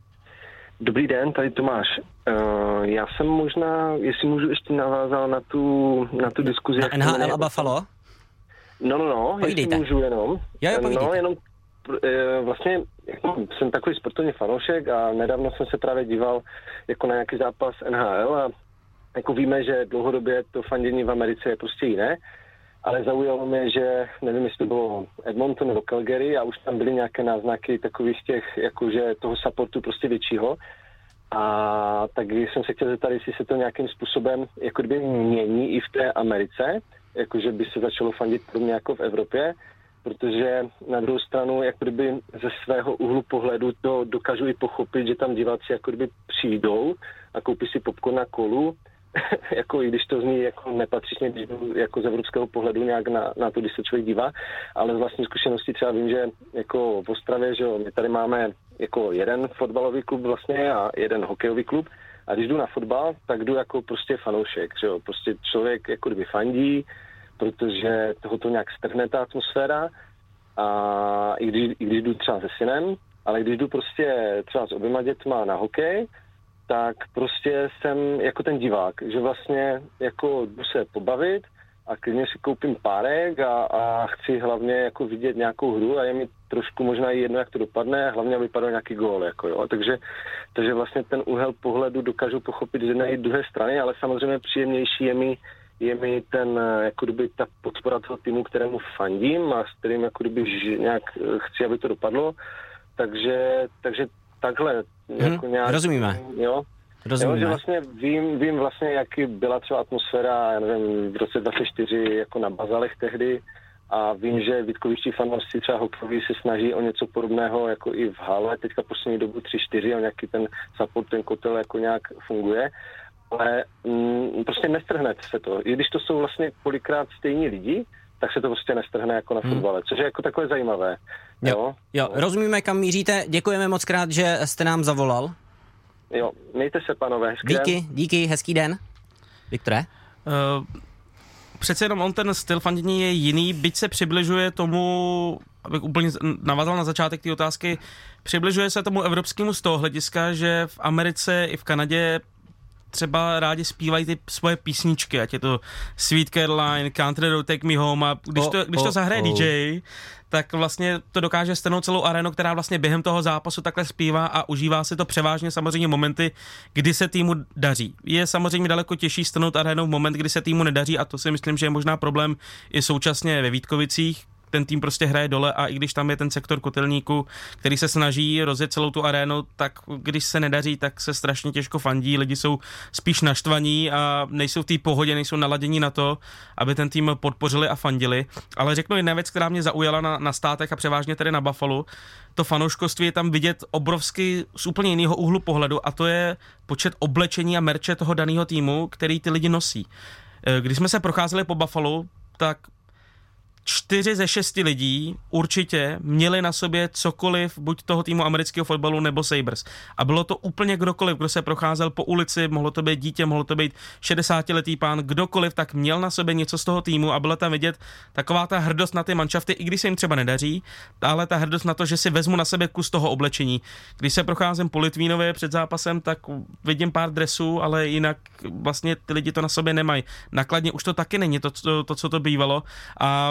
Dobrý den, tady Tomáš. Uh, já jsem možná, jestli můžu ještě navázal na tu, na tu diskuzi. Na N H L a Buffalo? No, no, no, povídejte. Jestli můžu jenom. Jo, jo, povídejte. No, jenom uh, vlastně jako, jsem takový sportovní fanoušek a nedávno jsem se právě díval jako na nějaký zápas N H L a jako víme, že dlouhodobě to fandění v Americe je prostě jiné. Ale zaujalo mě, že nevím, jestli to bylo Edmonton nebo Calgary a už tam byly nějaké náznaky takových těch, jakože toho supportu prostě většího. A tak jsem se chtěl zeptat, jestli se to nějakým způsobem jako kdyby mění i v té Americe, jakože by se začalo fandit podobně jako v Evropě, protože na druhou stranu, jako kdyby ze svého úhlu pohledu to dokážu i pochopit, že tam diváci jako kdyby přijdou a koupí si popcorn na kolu, jako i když to zní jako nepatřičně, když jdu jako z evropského pohledu nějak na, na to, když se člověk dívá, ale z vlastní zkušenosti třeba vím, že jako v Ostravě, že jo, my tady máme jako jeden fotbalový klub vlastně a jeden hokejový klub a když jdu na fotbal, tak jdu jako prostě fanoušek, že jo, prostě člověk jako kdyby fandí, protože toho to nějak strhne ta atmosféra a i když, i když jdu třeba se synem, ale když jdu prostě třeba s oběma dětma na hokej, tak prostě jsem jako ten divák, že vlastně jako jdu se pobavit a klidně si koupím párek a, a chci hlavně jako vidět nějakou hru a je mi trošku možná i jedno, jak to dopadne a hlavně, aby padl nějaký gól, jako jo. Takže, takže vlastně ten úhel pohledu dokážu pochopit z jedné i druhé strany, ale samozřejmě příjemnější je mi, je mi ten, jako kdyby ta podpora toho týmu, kterému fandím a s kterým jako kdyby nějak chci, aby to dopadlo. Takže, takže takhle. Hmm, jako nějak, rozumíme. Jo. Rozumíme. Jo, že vlastně vím, vím vlastně, jaký byla třeba atmosféra, já nevím, v roce dvacet čtyři jako na Bazalech tehdy a vím, že vítkovičtí fanoušci třeba hokejoví se snaží o něco podobného jako i v hale, teďka poslední dobu tři čtyři a nějaký ten support, ten kotel jako nějak funguje, ale mm, prostě nestrhne se to. I když to jsou vlastně kolikrát stejní lidi, tak se to prostě nestrhne jako na fotbale, což je jako takové zajímavé. Jo, jo, jo, rozumíme, kam míříte. Děkujeme moc krát, že jste nám zavolal. Jo, mějte se, pánové, hezký Díky, den. díky, hezký den. Viktore? Uh, přece jenom on ten styl fandění je jiný, byť se přibližuje tomu, abych úplně navázal na začátek té otázky, přibližuje se tomu evropskému z toho hlediska, že v Americe i v Kanadě třeba rádi zpívají ty svoje písničky, ať je to Sweet Caroline, Country Road, Take Me Home a když to, když to zahraje D J, tak vlastně to dokáže strhnout celou arénu, která vlastně během toho zápasu takhle zpívá a užívá si to převážně samozřejmě momenty, kdy se týmu daří. Je samozřejmě daleko těžší strhnout arénu v moment, kdy se týmu nedaří a to si myslím, že je možná problém i současně ve Vítkovicích. Ten tým prostě hraje dole a i když tam je ten sektor kotelníku, který se snaží rozjet celou tu arénu, tak když se nedaří, tak se strašně těžko fandí, lidi jsou spíš naštvaní a nejsou v té pohodě, nejsou naladění na to, aby ten tým podpořili a fandili. Ale řeknu jedna věc, která mě zaujala na, na státech a převážně tedy na Buffalo, to fanouškovství je tam vidět obrovsky z úplně jiného úhlu pohledu a to je počet oblečení a merče toho daného týmu, který ty lidi nosí. Když jsme se procházeli po Buffalo, tak čtyři ze šesti lidí určitě měli na sobě cokoliv, buď toho týmu amerického fotbalu nebo Sabres. A bylo to úplně kdokoliv, kdo se procházel po ulici, mohlo to být dítě, mohlo to být šedesátiletý pán, kdokoliv, tak měl na sobě něco z toho týmu a byla tam vidět taková ta hrdost na ty manšafty, i když se jim třeba nedaří, ale ta hrdost na to, že si vezmu na sebe kus toho oblečení. Když se procházím po Litvínově před zápasem, tak vidím pár dresů, ale jinak vlastně ty lidi to na sobě nemají. Nakladně už to taky není to, to, to co to bývalo a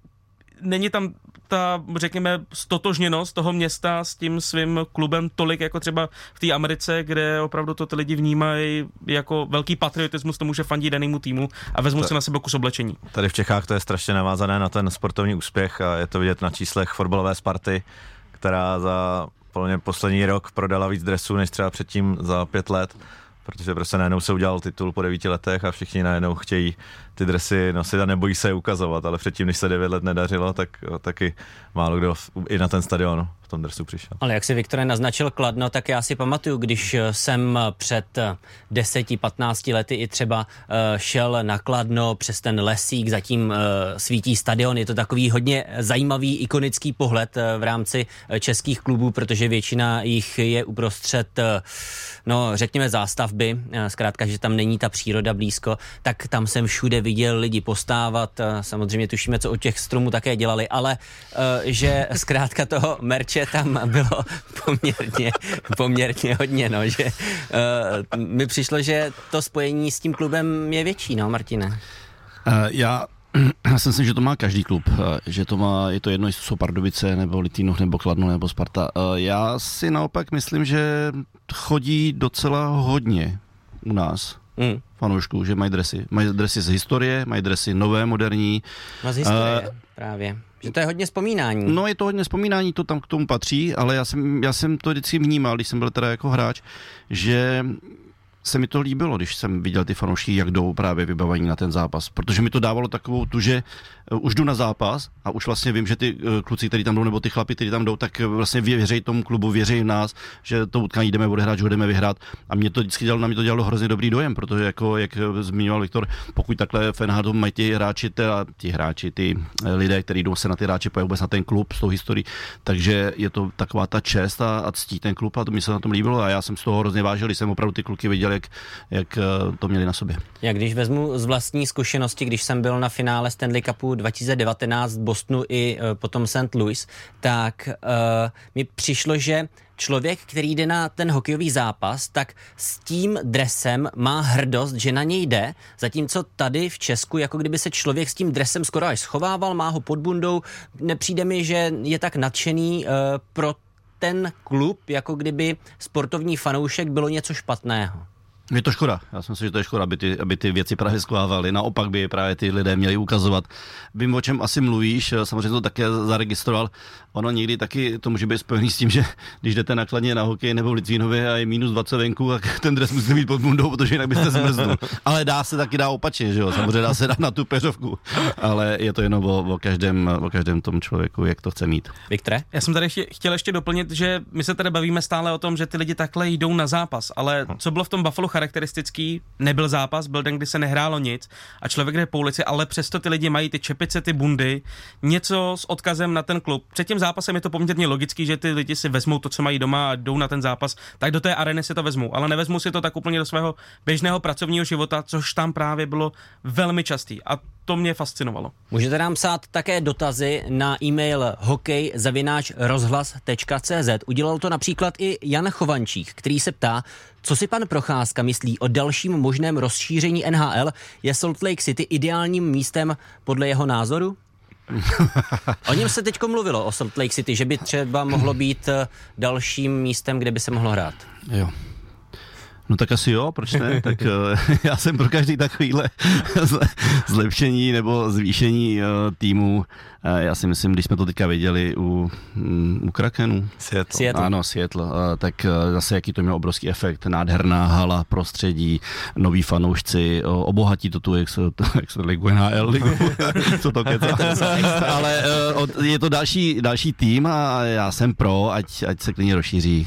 není tam ta, řekněme, stotožněnost toho města s tím svým klubem tolik, jako třeba v té Americe, kde opravdu to ty lidi vnímají jako velký patriotismus tomu, že fandí danému týmu a vezmou si na sebe kus oblečení. Tady v Čechách to je strašně navázané na ten sportovní úspěch a je to vidět na číslech fotbalové Sparty, která za poslední rok prodala víc dresů, než třeba předtím za pět let. Protože prostě najednou se udělal titul po devíti letech a všichni najednou chtějí ty dresy nosit a nebojí se je ukazovat, ale předtím, když se devět let nedařilo, tak taky málo kdo i na ten stadion v tom dresu přišel. Ale jak si Viktore naznačil Kladno, tak já si pamatuju, když jsem před deseti patnácti lety i třeba šel na Kladno přes ten lesík, zatím svítí stadion, je to takový hodně zajímavý ikonický pohled v rámci českých klubů, protože většina jich je uprostřed, no řekněme zástavby, zkrátka, že tam není ta příroda blízko, tak tam jsem všude viděl lidi postávat, samozřejmě tušíme, co od těch stromů také dělali, ale že zkrátka toho merče tam bylo poměrně, poměrně hodně, no, že uh, mi přišlo, že to spojení s tím klubem je větší, no, Martine. Uh, já Já si myslím, že to má každý klub, že to má, je to jedno, jestli jsou Pardubice, nebo Litvín, nebo Kladno, nebo Sparta. Já si naopak myslím, že chodí docela hodně u nás mm. fanoušků, že mají dresy. Mají dresy z historie, mají dresy nové, moderní. No z historie, uh, právě. Že to je hodně vzpomínání. No je to hodně vzpomínání, to tam k tomu patří, ale já jsem, já jsem to vždycky vnímal, když jsem byl teda jako hráč, že se mi to líbilo, když jsem viděl ty fanoušky, jak jdou právě vybavení na ten zápas, protože mi to dávalo takovou tu, že už jdu na zápas a už vlastně vím, že ty kluci, kteří tam jdou, nebo ty chlapi, kteří tam jdou, tak vlastně věří tomu klubu, věří v nás, že to utkání jdeme odehrát, že ho jdeme vyhrát a mě to vždycky dělalo, na mě to dělalo hrozně dobrý dojem, protože jako, jak zmiňoval Viktor, pokud takhle v N H L mají ty hráči, teda, ty hráči, ty lidé, kteří jdou se na ty hráče, vůbec na ten klub s tou historií, takže je to taková ta čest a, a ctí ten klub a to mi se na tom líbilo a já jsem z toho hrozně vážil, když jsem opravdu ty kluky viděl, jak, jak to měli na sobě. Jak když vezmu z vlastní zkušenosti, když jsem byl na finále Stanley Cupu dva tisíce devatenáct v Bostonu i uh, potom Saint Louis, tak uh, mi přišlo, že člověk, který jde na ten hokejový zápas, tak s tím dresem má hrdost, že na něj jde, zatímco tady v Česku, jako kdyby se člověk s tím dresem skoro až schovával, má ho pod bundou, nepřijde mi, že je tak nadšený uh, pro ten klub, jako kdyby sportovní fanoušek bylo něco špatného. Je to škoda. Já si myslím, že to je škoda, aby ty, aby ty věci právě schovávaly. Naopak by právě ty lidé měli ukazovat. Vím, o čem asi mluvíš, samozřejmě to také zaregistroval. Ono někdy taky to může být spojený s tím, že když jdete nakladně na hokej nebo v Litvínově a je minus dvacet venku, tak ten dres musíte mít pod bundou, protože jinak byste zmrznul. Ale dá se taky dá opačně, že jo? Samozřejmě dá se dát na tu peřovku. Ale je to jenom o, o, každém, o každém tom člověku, jak to chce mít. Viktore? Já jsem tady chtěl ještě doplnit, že my se tady bavíme stále o tom, že ty lidi takhle jdou na zápas, ale co bylo v tom Buffalo charakteristický, nebyl zápas, byl den, kdy se nehrálo nic a člověk jde po ulici, ale přesto ty lidi mají ty čepice, ty bundy, něco s odkazem na ten klub. Před tím zápasem je to poměrně logický, že ty lidi si vezmou to, co mají doma a jdou na ten zápas, tak do té areny si to vezmou, ale nevezmou si to tak úplně do svého běžného pracovního života, což tam právě bylo velmi častý a to mě fascinovalo. Můžete nám psát také dotazy na e-mail hokej zavináč rozhlas tečka cé zet. Udělal to například i Jan Chovančík, který se ptá, co si pan Procházka myslí o dalším možném rozšíření N H L. Je Salt Lake City ideálním místem podle jeho názoru? O něm se teďko mluvilo, o Salt Lake City, že by třeba mohlo být dalším místem, kde by se mohlo hrát. Jo. No tak asi jo, proč ne? Tak uh, já jsem pro každý takovýhle zlepšení nebo zvýšení uh, týmu. Uh, já si myslím, když jsme to teďka viděli u, um, u Krakenu. Seattle. Seattle. Ano, Seattle. Uh, tak uh, zase jaký to měl obrovský efekt. Nádherná hala, prostředí, noví fanoušci, uh, obohatí to tu, jak se, to, jak se ligu N H L ligu. Co to kecá. Ale uh, od, je to další, další tým a já jsem pro, ať, ať se klidně rozšíří.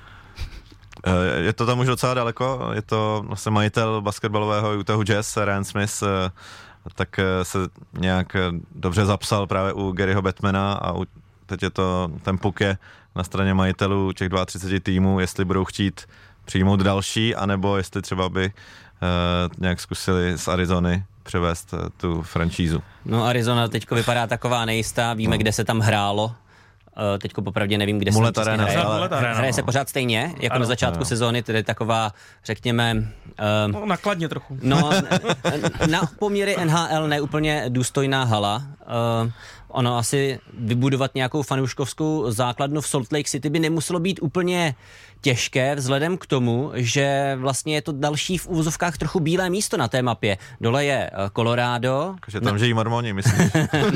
Je to tam už docela daleko, je to vlastně majitel basketbalového Utahu Jazz, Ryan Smith, tak se nějak dobře zapsal právě u Garyho Bettmana a u, teď je to, ten puk je na straně majitelů těch třicet dva týmů, jestli budou chtít přijmout další, anebo jestli třeba by uh, nějak zkusili z Arizony převést uh, tu franšízu. No Arizona teďko vypadá taková nejistá, víme, no. kde se tam hrálo. Uh, teďko popravdě nevím, kde Mulet se tam hraje. ale... Hraje se pořád stejně, jako ano, na začátku ano. sezóny, tedy taková, řekněme... Uh, no, nakladně trochu. No, na poměry N H L neúplně důstojná hala. Uh, ono asi vybudovat nějakou fanouškovskou základnu v Salt Lake City by nemuselo být úplně těžké, vzhledem k tomu, že vlastně je to další v úvozovkách trochu bílé místo na té mapě. Dole je Colorado. Takže tam no. žijí mormoni, myslíš?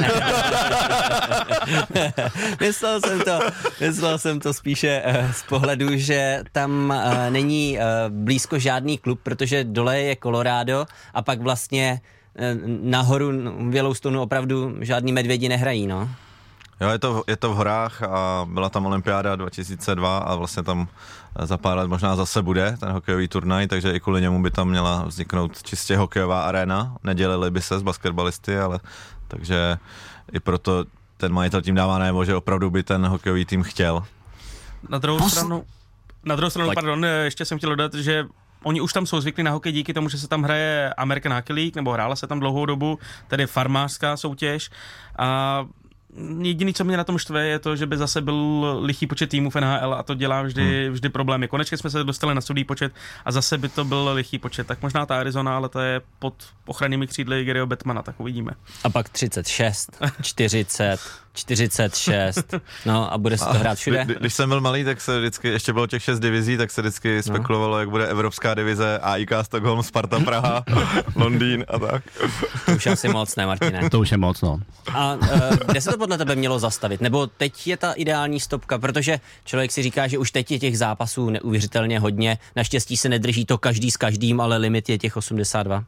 myslel jsem to, myslel jsem to spíše uh, z pohledu, že tam uh, není uh, blízko žádný klub, protože dole je Colorado a pak vlastně nahoru v Yellowstoneu opravdu žádný medvědi nehrají, no. Jo, je to, je to v horách a byla tam olympiáda dva tisíce dva a vlastně tam za pár let možná zase bude ten hokejový turnaj, takže i kvůli němu by tam měla vzniknout čistě hokejová arena. Nedělili by se s basketbalisty, ale takže i proto ten majitel tím dává najevo, že opravdu by ten hokejový tým chtěl. Na druhou stranu, na druhou stranu, pardon, ještě jsem chtěl dodat, že oni už tam jsou zvyklí na hokej díky tomu, že se tam hraje American Hockey League, nebo hrála se tam dlouhou dobu, tedy farmářská soutěž. A jediný, co mě na tom štve, je to, že by zase byl lichý počet týmů v N H L a to dělá vždy, hmm. vždy problémy. Konečně jsme se dostali na sudý počet a zase by to byl lichý počet. Tak možná ta Arizona, ale to je pod ochrannými křídly Garyho Bettmana, tak uvidíme. A pak třicet šest, čtyřicet, čtyřicet šest, no a bude se to hrát všude. Kdy, když jsem byl malý, tak se vždycky, ještě bylo těch šest divizí, tak se vždycky spekulovalo, jak bude evropská divize, A I K Stockholm, Sparta Praha, Londýn a tak. To už asi moc, ne, Martine? To už je moc, no. A uh, kde se to podle tebe mělo zastavit? Nebo teď je ta ideální stopka, protože člověk si říká, že už teď je těch zápasů neuvěřitelně hodně, naštěstí se nedrží to každý s každým, ale limit je těch osmdesát dva.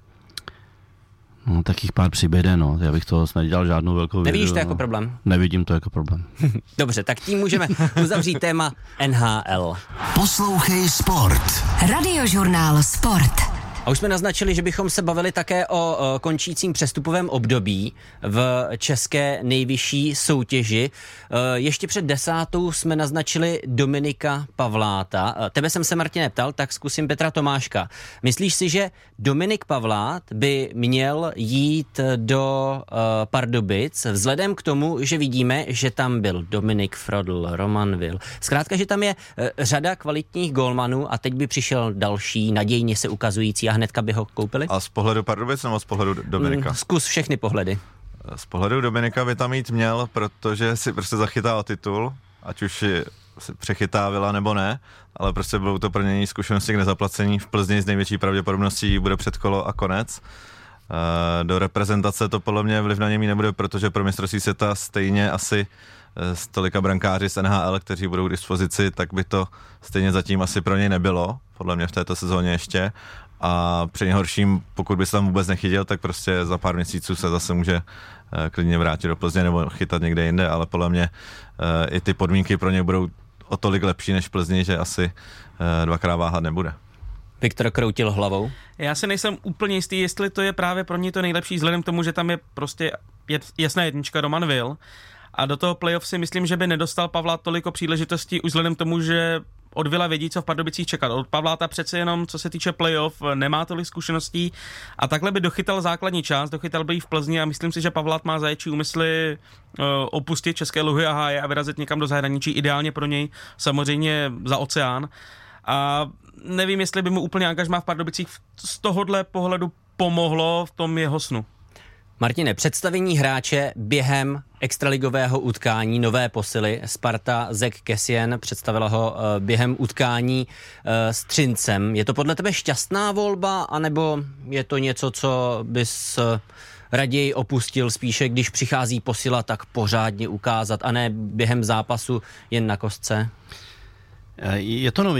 No, takých pár přibyde, no. Já bych to nedělal žádnou velkou vědu. Nevidíš to no. jako problém? Nevidím to jako problém. Dobře, tak tím můžeme uzavřít téma N H L. Poslouchej Sport. Radiožurnál Sport. A už jsme naznačili, že bychom se bavili také o, o končícím přestupovém období v české nejvyšší soutěži. E, ještě před desátou jsme naznačili Dominika Pavláta. E, tebe jsem se, Martine, ptal, tak zkusím Petra Tomáška. Myslíš si, že Dominik Pavlát by měl jít do e, Pardubic vzhledem k tomu, že vidíme, že tam byl Dominik Frodl, Roman Will. Zkrátka, že tam je e, řada kvalitních gólmanů a teď by přišel další, nadějně se ukazující a hnedka by ho koupili? A z pohledu Pardubic nebo z pohledu Dominika? Zkus všechny pohledy. Z pohledu Dominika by tam jít měl, protože si prostě zachytá o titul, ať už si přechytá Vila nebo ne, ale prostě budou to pro něj zkušenosti k nezaplacení. V Plzni z největší pravděpodobností bude předkolo a konec. Do reprezentace to podle mě vliv na něj nebude, protože pro mistrovství světa stejně asi z tolika brankáři z N H L, kteří budou k dispozici, tak by to stejně zatím asi pro něj nebylo, podle mě v této sezóně ještě. A při nejhorším, pokud by se tam vůbec nechytil, tak prostě za pár měsíců se zase může klidně vrátit do Plzně nebo chytat někde jinde, ale podle mě i ty podmínky pro něj budou o tolik lepší než v Plzni, že asi dvakrát váhat nebude. Viktor kroutil hlavou. Já si nejsem úplně jistý, jestli to je právě pro něj to nejlepší, vzhledem k tomu, že tam je prostě jasná jednička Roman Will. A do toho playoff si myslím, že by nedostal Pavla toliko příležitostí, už vzhledem k tomu, že od Vila vědí, co v Pardubicích čekat. Od Pavláta přece jenom, co se týče playoff, nemá tolik zkušeností a takhle by dochytal základní část, dochytal by ji v Plzni a myslím si, že Pavlát má zaječí úmysly uh, opustit České luhy a háje a vyrazit někam do zahraničí, ideálně pro něj samozřejmě za oceán. A nevím, jestli by mu úplně angažmá v Pardubicích z tohohle pohledu pomohlo v tom jeho snu. Martine, představení hráče během extraligového utkání nové posily Sparta Zek Kessien představila ho uh, během utkání uh, s Třincem. Je to podle tebe šťastná volba, anebo je to něco, co bys uh, raději opustil spíše, když přichází posila, tak pořádně ukázat a ne během zápasu jen na kostce? Je to novinka.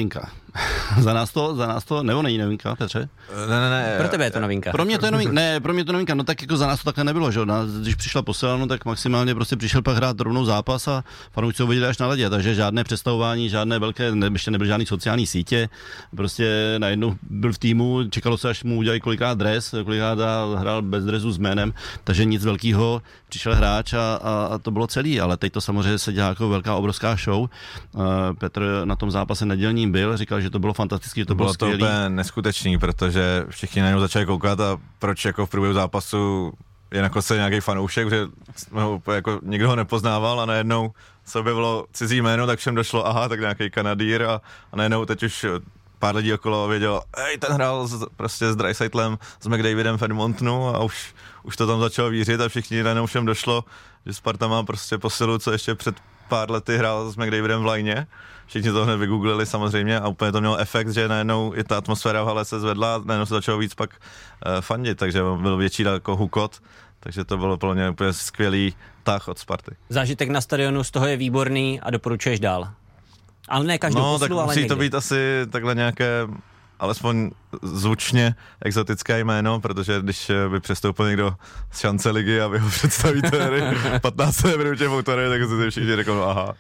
za nás to, za nás to, nebo není novinka, Petře? Ne, ne, ne. Pro tebe je to novinka. Pro mě to je novinka, ne, pro mě to novinka, no tak jako za nás to takhle nebylo, že jo, když přišla posila, no tak maximálně prostě přišel pak hrát rovnou zápas a fanoušci ho viděli až na ledě, takže žádné představování, žádné velké, ne, ještě nebyly žádný sociální sítě, prostě najednou byl v týmu, čekalo se, až mu udělají kolikrát dres, kolikrát hrál bez dresu s jménem, takže nic velkého, přišel hráč a, a, a to bylo celý, ale teď to samozřejmě se dělá jako velká obrovská show. Uh, Petr na tom zápase nedělním byl, říkal, že to bylo fantastické, že to bylo, bylo skvělý. Bylo to úplně neskutečný, protože všichni najednou začali koukat a proč jako v průběhu zápasu je na kose nějaký fanoušek, že no, jako nikdo ho nepoznával a najednou se objevilo cizí jméno, tak všem došlo, aha, tak nějaký Kanadír a, a najednou teď už pár lidí okolo vědělo, hej, ten hrál z, prostě s Dreisaitlem, s McDavidem v Edmontonu a už, už to tam začalo vířit a všichni najednou všem došlo, že Sparta má prostě posilu, co ještě před pár lety hrál s McDavidem v lajně. Všichni to hned vygooglili samozřejmě a úplně to mělo efekt, že najednou i ta atmosféra v hale se zvedla a najednou se začalo víc pak uh, fandit, takže byl větší jako hukot, takže to bylo pro mě úplně skvělý tah od Sparty. Zážitek na stadionu z toho je výborný a doporučuješ dál. Ale ne každou no, poslu, tak ale musí někdy. To být asi takhle nějaké, alespoň zvučně exotické jméno, protože když by přestoupil někdo z šance ligy a vy ho představíte hry patnácté minutě v autory, tak si všichni řeknou aha.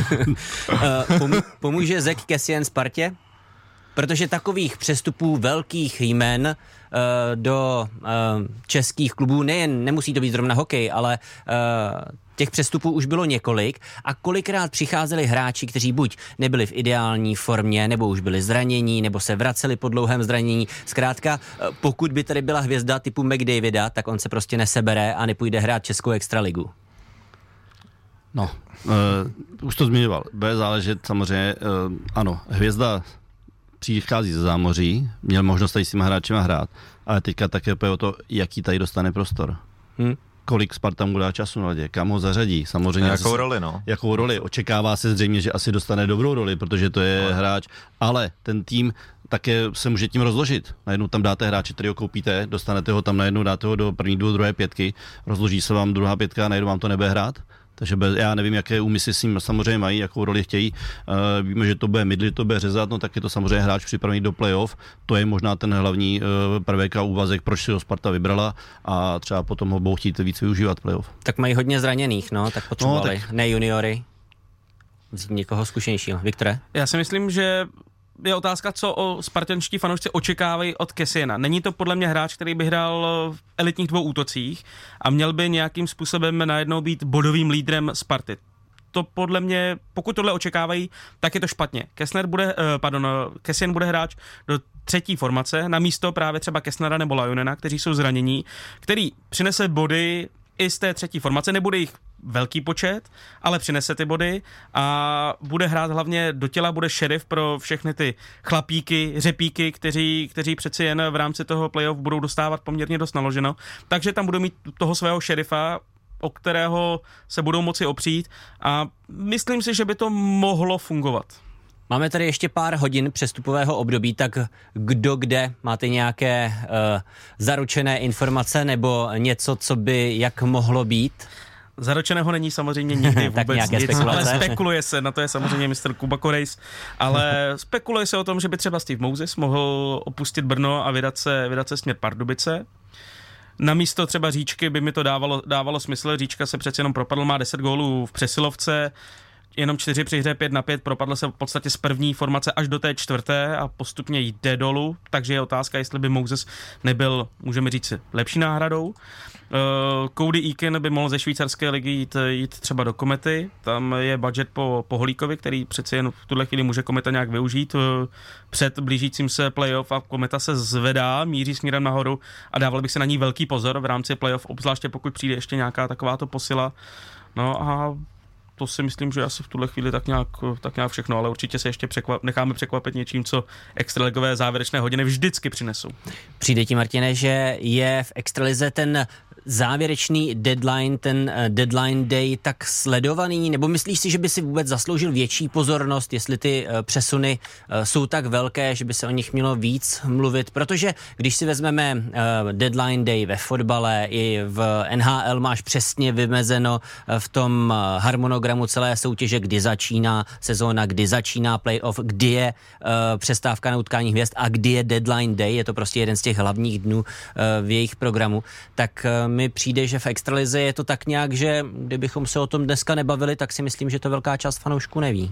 Pomů- pomůže Zach Kassian Spartě? Protože takových přestupů velkých jmen uh, do uh, českých klubů, nejen, nemusí to být zrovna hokej, ale uh, těch přestupů už bylo několik a kolikrát přicházeli hráči, kteří buď nebyli v ideální formě, nebo už byli zranění, nebo se vraceli po dlouhém zranění. Zkrátka, pokud by tady byla hvězda typu McDavida, tak on se prostě nesebere a nepůjde hrát českou extraligu. No, uh, už to zmiňoval. Bude záležet samozřejmě, uh, ano, hvězda přichází ze zámoří, měl možnost tady s těma hráčima hrát, ale teďka také o to, jaký tady dostane prostor. Hmm. Kolik Sparta mu dá času na ledě, kam ho zařadí, samozřejmě. Jakou zase, roli, no. Jakou roli, očekává se zřejmě, že asi dostane dobrou roli, protože to je ale. hráč, ale ten tým také se může tím rozložit. Najednou tam dáte hráče, který ho koupíte, dostanete ho tam najednou, dáte ho do první, do druhé pětky, rozloží se vám druhá pětka a najednou vám to nebude hrát. Takže bez, já nevím, jaké úmysly s ním samozřejmě mají, jakou roli chtějí. Uh, víme, že to bude mydlit, to bude řezat, no tak je to samozřejmě hráč připravený do playoff. To je možná ten hlavní uh, prvek a úvazek, proč si ho Sparta vybrala a třeba potom ho budou chtít víc využívat playoff. Tak mají hodně zraněných, no, tak potřebovali. No, tak... Ne juniory, vzít někoho zkušenějšího. Viktore? Já si myslím, že je otázka, co o spartanští fanoušci očekávají od Kassiana. Není to podle mě hráč, který by hrál v elitních dvou útocích a měl by nějakým způsobem najednou být bodovým lídrem Sparty. To podle mě, pokud tohle očekávají, tak je to špatně. Kessner bude, pardon, Kassian bude hráč do třetí formace, na místo právě třeba Kessnera nebo Lajonena, kteří jsou zranění, který přinese body i z té třetí formace, nebude jich velký počet, ale přinese ty body a bude hrát hlavně do těla, bude šerif pro všechny ty chlapíky, řepíky, kteří, kteří přeci jen v rámci toho playoff budou dostávat poměrně dost naloženo. Takže tam budou mít toho svého šerifa, o kterého se budou moci opřít a myslím si, že by to mohlo fungovat. Máme tady ještě pár hodin přestupového období, tak kdo kde? Máte nějaké uh, zaručené informace nebo něco, co by jak mohlo být? Zaručeného není samozřejmě nikdy vůbec nic, spekulace. Ale spekuluje se, na to je samozřejmě mistr Kuba Korejs, ale spekuluje se o tom, že by třeba Steve Moses mohl opustit Brno a vydat se, vydat se směr Pardubice. Namísto třeba Říčky by mi to dávalo, dávalo smysl, Říčka se přece jenom propadl, má deset gólů v přesilovce, jenom čtyři při hře pět na pět, propadl se v podstatě z první formace až do té čtvrté a postupně jde dolů, takže je otázka, jestli by Moses nebyl, můžeme říct, lepší náhradou. Uh, Cody Eakin by mohl ze švýcarské ligy jít, jít třeba do Komety, tam je budget po, po Holíkovi, který přeci jen v tuhle chvíli může Kometa nějak využít uh, před blížícím se playoff a Kometa se zvedá, míří směrem nahoru a dával bych se na ní velký pozor v rámci playoff, obzvláště pokud přijde ještě nějaká takováto posila. No a to si myslím, že asi v tuhle chvíli tak nějak, tak nějak všechno, ale určitě se ještě překvap, necháme překvapit něčím, co extraligové závěrečné hodiny vždycky přinesou. Přijde ti, Martine, že je v extralize ten závěrečný deadline, ten deadline day tak sledovaný, nebo myslíš si, že by si vůbec zasloužil větší pozornost, jestli ty přesuny jsou tak velké, že by se o nich mělo víc mluvit, protože když si vezmeme deadline day ve fotbale i v N H L máš přesně vymezeno v tom harmonogramu celé soutěže, kdy začíná sezóna, kdy začíná playoff, kdy je přestávka na utkání hvězd a kdy je deadline day, je to prostě jeden z těch hlavních dnů v jejich programu, tak mi přijde, že v extralize je to tak nějak, že kdybychom se o tom dneska nebavili, tak si myslím, že to velká část fanoušků neví.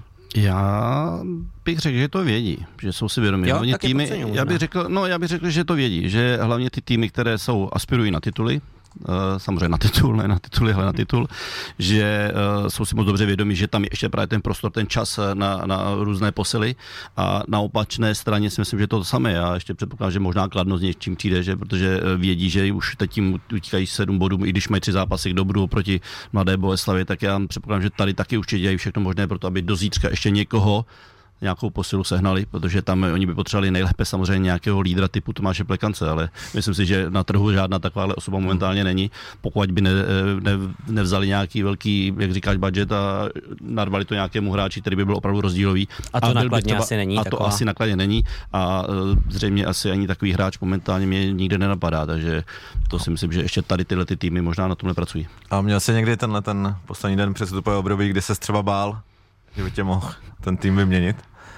Já bych řekl, že to vědí, že jsou si vědomí. Jo, hlavně týmy, já bych řekl, no já bych řekl, že to vědí, že hlavně ty týmy, které jsou aspirují na tituly, samozřejmě na titul, ne na tituly, ale na titul, že uh, jsou si moc dobře vědomí, že tam je ještě právě ten prostor, ten čas na, na různé posily a na opačné straně si myslím, že to samé. Já ještě předpokládám, že možná Kladno s něčím přijde, že protože vědí, že už teď tím utíkají sedm bodů, i když mají tři zápasy k dobru proti Mladé Boleslavi, tak já předpokládám, že tady taky určitě dělají všechno možné pro to, aby do zítřka ještě někoho nějakou posilu sehnali, protože tam oni by potřebovali nejlépe samozřejmě nějakého lídra typu Tomáše Plekance, ale myslím si, že na trhu žádná takováhle osoba momentálně není. Pokud by ne, ne, nevzali nějaký velký, jak říkáš, budget a narvali to nějakému hráči, který by byl opravdu rozdílový. A to nakladně asi není. A taková. to asi nakladně není a zřejmě asi ani takový hráč momentálně mě nikde nenapadá, takže to si myslím, že ještě tady tyhle ty týmy možná na tom nepracují. A měl jsi někdy tenhle ten poslední den přestupové období, kdy ses třeba bál, že by tě mohl ten tým vyměnit?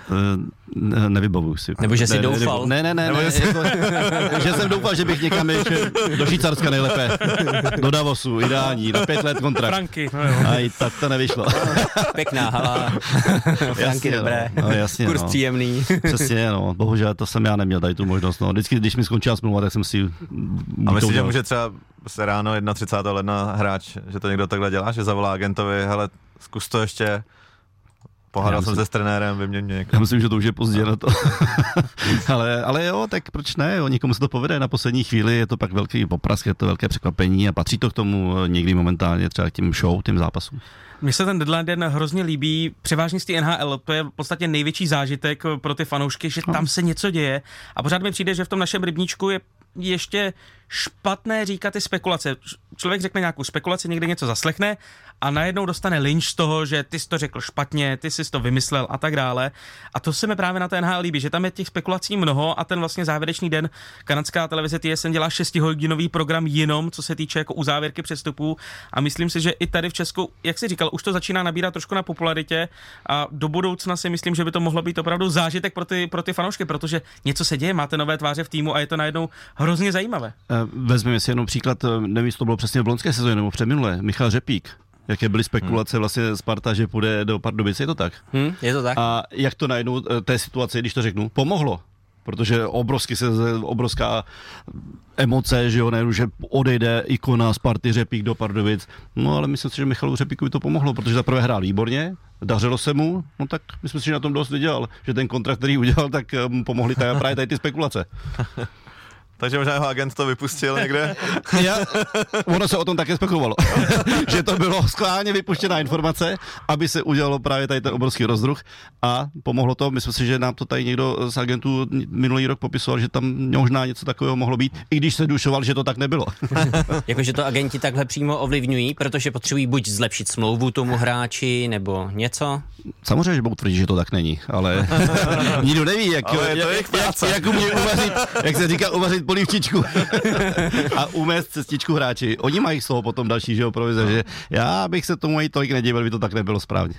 Ne, nevybavuju si. Nebo že jsi ne, doufal. Ne, ne, ne, ne jsi... jako, že jsem doufal, že bych někam ještě do Švýcarska nejlépe, do Davosu, ideální, na pět let kontrakt. Franky. No, a i tak to nevyšlo. Pěkná hala, Franky jasně, dobré, no, jasně, kurz no. příjemný. Přesně, no, bohužel to jsem já neměl tady tu možnost. No. Vždycky, když mi skončila smlouva, tak jsem si... A myslíš, že může třeba se ráno třicátého prvního ledna hráč, že to někdo takhle dělá, že zavolá agentovi, hele, zkus to ještě... Pohádal jsem se s trenérem, vyměň mě někoho. Já myslím, že to už je pozdě na to. ale, ale jo, tak proč ne? Jo, někomu se to povede na poslední chvíli, je to pak velký poprask, je to velké překvapení a patří to k tomu někdy momentálně třeba k těm show, těm zápasům. Mně se ten deadline den hrozně líbí, převážně z té N H L, to je v podstatě největší zážitek pro ty fanoušky, že tam se něco děje a pořád mi přijde, že v tom našem rybníčku je ještě špatné říkat ty spekulace. Člověk řekne nějakou spekulaci, někde něco zaslechne a najednou dostane lynč z toho, že ty jsi to řekl špatně, ty jsi to vymyslel a tak dále. A to se mi právě na té N H L líbí, že tam je těch spekulací mnoho a ten vlastně závěrečný den kanadská televize T S N dělá šestihodinový program jenom, co se týče jako uzávěrky přestupů a myslím si, že i tady v Česku, jak jsi říkal, už to začíná nabírat trošku na popularitě a do budoucna si myslím, že by to mohlo být opravdu zážitek pro ty, pro ty fanoušky, protože něco se děje, máte nové tváře v týmu a je to najednou hrozně zajímavé. Vezmeme si jenom příklad, nevím, jestli to bylo přesně v loňské sezóně nebo předminulé, Michal Řepík. Jaké byly spekulace vlastně Sparta, že půjde do Pardubic, je to tak? Hmm, je to tak. A jak to najednou té situaci, když to řeknu, pomohlo? Protože obrovsky se, obrovská emoce, že jo, najednou, že odejde ikona Sparty Řepík do Pardubic. No ale myslím si, že Michalu Řepíkovi to pomohlo, protože zaprvé hrál výborně, dařilo se mu, no tak myslím si, že na tom dost vydělal, že ten kontrakt, který udělal, tak mu pomohly tady, právě tady ty spekulace. Takže možná jeho agent to vypustil někde? Já, ono se o tom také spekulovalo, že to bylo schválně vypuštěná informace, aby se udělalo právě tady ten obrovský rozdruh a pomohlo to. Myslím si, že nám to tady někdo z agentů minulý rok popisoval, že tam možná něco takového mohlo být, i když se dušoval, že to tak nebylo. Jakože to agenti takhle přímo ovlivňují, protože potřebují buď zlepšit smlouvu tomu hráči, nebo něco? Samozřejmě, že budou tvrdit, že to tak není, ale nikdo neví, jak, jak, jak, jak, jak umí uvařit, jak se říká, uvařit polívčičku a umést cestičku hráči. Oni mají z toho potom další, že jo, provize, že já bych se tomu i tolik nedíval, by to tak nebylo správně.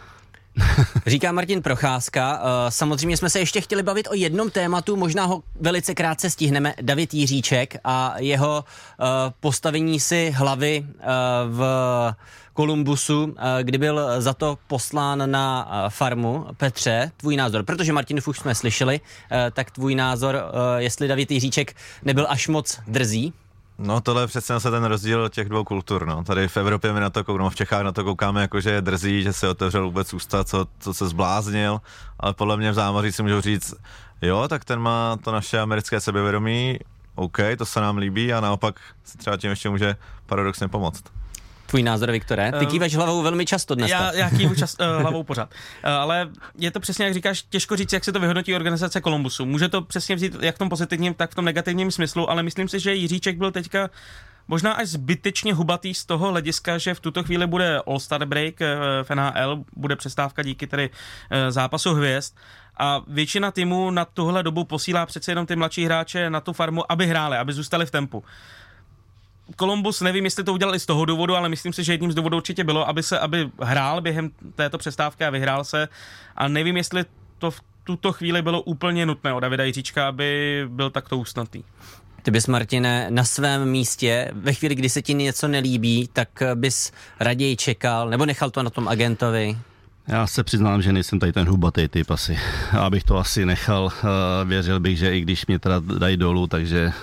Říká Martin Procházka. Samozřejmě jsme se ještě chtěli bavit o jednom tématu, možná ho velice krátce stihneme. David Jiříček a jeho postavení si hlavy v Kolumbusu, kdy byl za to poslán na farmu. Petře, tvůj názor, protože Martin už jsme slyšeli, tak tvůj názor, jestli David Jiříček nebyl až moc drzý? No tohle je přesně se ten rozdíl těch dvou kultur, no. Tady v Evropě my na to koukám, v Čechách na to koukáme jako, že je drzí, že se otevřel vůbec ústa, co, co se zbláznil, ale podle mě v zámoří si můžou říct, jo, tak ten má to naše americké sebevědomí, OK, to se nám líbí a naopak si třeba tím ještě může paradoxně pomoct. Tvůj názor, Viktore? Ty kýveš hlavou velmi často dneska. Já, já kývu čas, uh, hlavou pořád. Uh, ale je to přesně, jak říkáš, těžko říct, jak se to vyhodnotí organizace Kolumbusu. Může to přesně vzít jak v tom pozitivním, tak v tom negativním smyslu, ale myslím si, že Jiříček byl teďka možná až zbytečně hubatý z toho hlediska, že v tuto chvíli bude All-Star break v N H L, bude přestávka díky tedy zápasu hvězd a většina týmů na tuhle dobu posílá přece jenom ty mladší hráče na tu farmu, aby hráli, aby zůstali v tempu. Columbus, nevím, jestli to udělali z toho důvodu, ale myslím si, že jedním z důvodů určitě bylo, aby se aby hrál během této přestávky a vyhrál se a nevím, jestli to v tuto chvíli bylo úplně nutné od Davida Jiříčka, aby byl takto ústnatý. Ty bys, Martine, na svém místě, ve chvíli, kdy se ti něco nelíbí, tak bys raději čekal, nebo nechal to na tom agentovi? Já se přiznám, že nejsem tady ten hubatý typ asi. Abych to asi nechal, věřil bych, že i když mě teda dají dolů, takže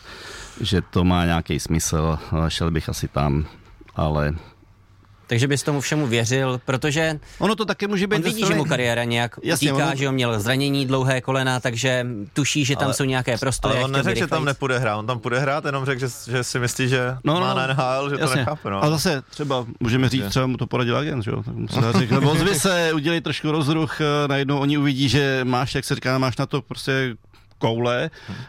že to má nějaký smysl, šel bych asi tam, ale... Takže bys tomu všemu věřil, protože ono to taky může být on vidí, že mu kariéra nějak Jasně, utíká, ono... že on měl zranění, dlouhé kolena, takže tuší, že tam ale, jsou nějaké prostory. Ale on neřekl, že tam nepůjde hrát, on tam půjde hrát, jenom řekl, že, že si myslí, že no, má no, na N H L, že jasně. To nechápe. No. A zase třeba můžeme říct, třeba mu to poradil agent, že jo? Tak mu se řekl, nebo ozvi se, udělej trošku rozruch, najednou oni uvidí, že máš, jak se říká, máš na to prostě koule,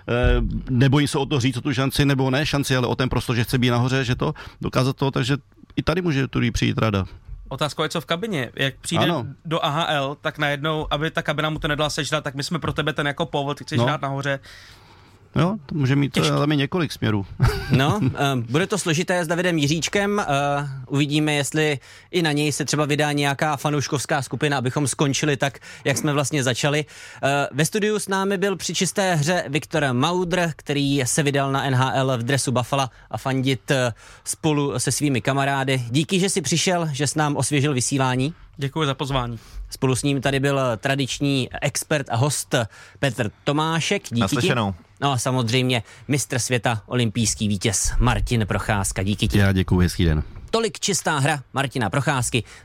nebojí se o to říct, o tu šanci, nebo ne šanci, ale o ten prostor, že chce být nahoře, že to dokázat to, takže i tady může tudy přijít rada. Otázka je, co v kabině. Jak přijde ano. do A H L, tak najednou, aby ta kabina mu to nedala sežrat, tak my jsme pro tebe ten jako povod, ty chceš no. hrát nahoře. Jo, to může mít tam i několik směrů. No, uh, bude to složité s Davidem Jiříčkem. Uh, uvidíme, jestli i na něj se třeba vydá nějaká fanouškovská skupina, abychom skončili tak, jak jsme vlastně začali. Uh, ve studiu s námi byl při čisté hře Viktor Maudr, který se vydal na N H L v dresu Buffalo a fandit uh, spolu se svými kamarády. Díky, že jsi přišel, že s nám osvěžil vysílání. Děkuji za pozvání. Spolu s ním tady byl tradiční expert a host Petr Tomášek. Díky Naslyšenou. ti. No a samozřejmě mistr světa, olympijský vítěz Martin Procházka. Díky ti. Já děkuji, hezký den. Tolik čistá hra Martina Procházky.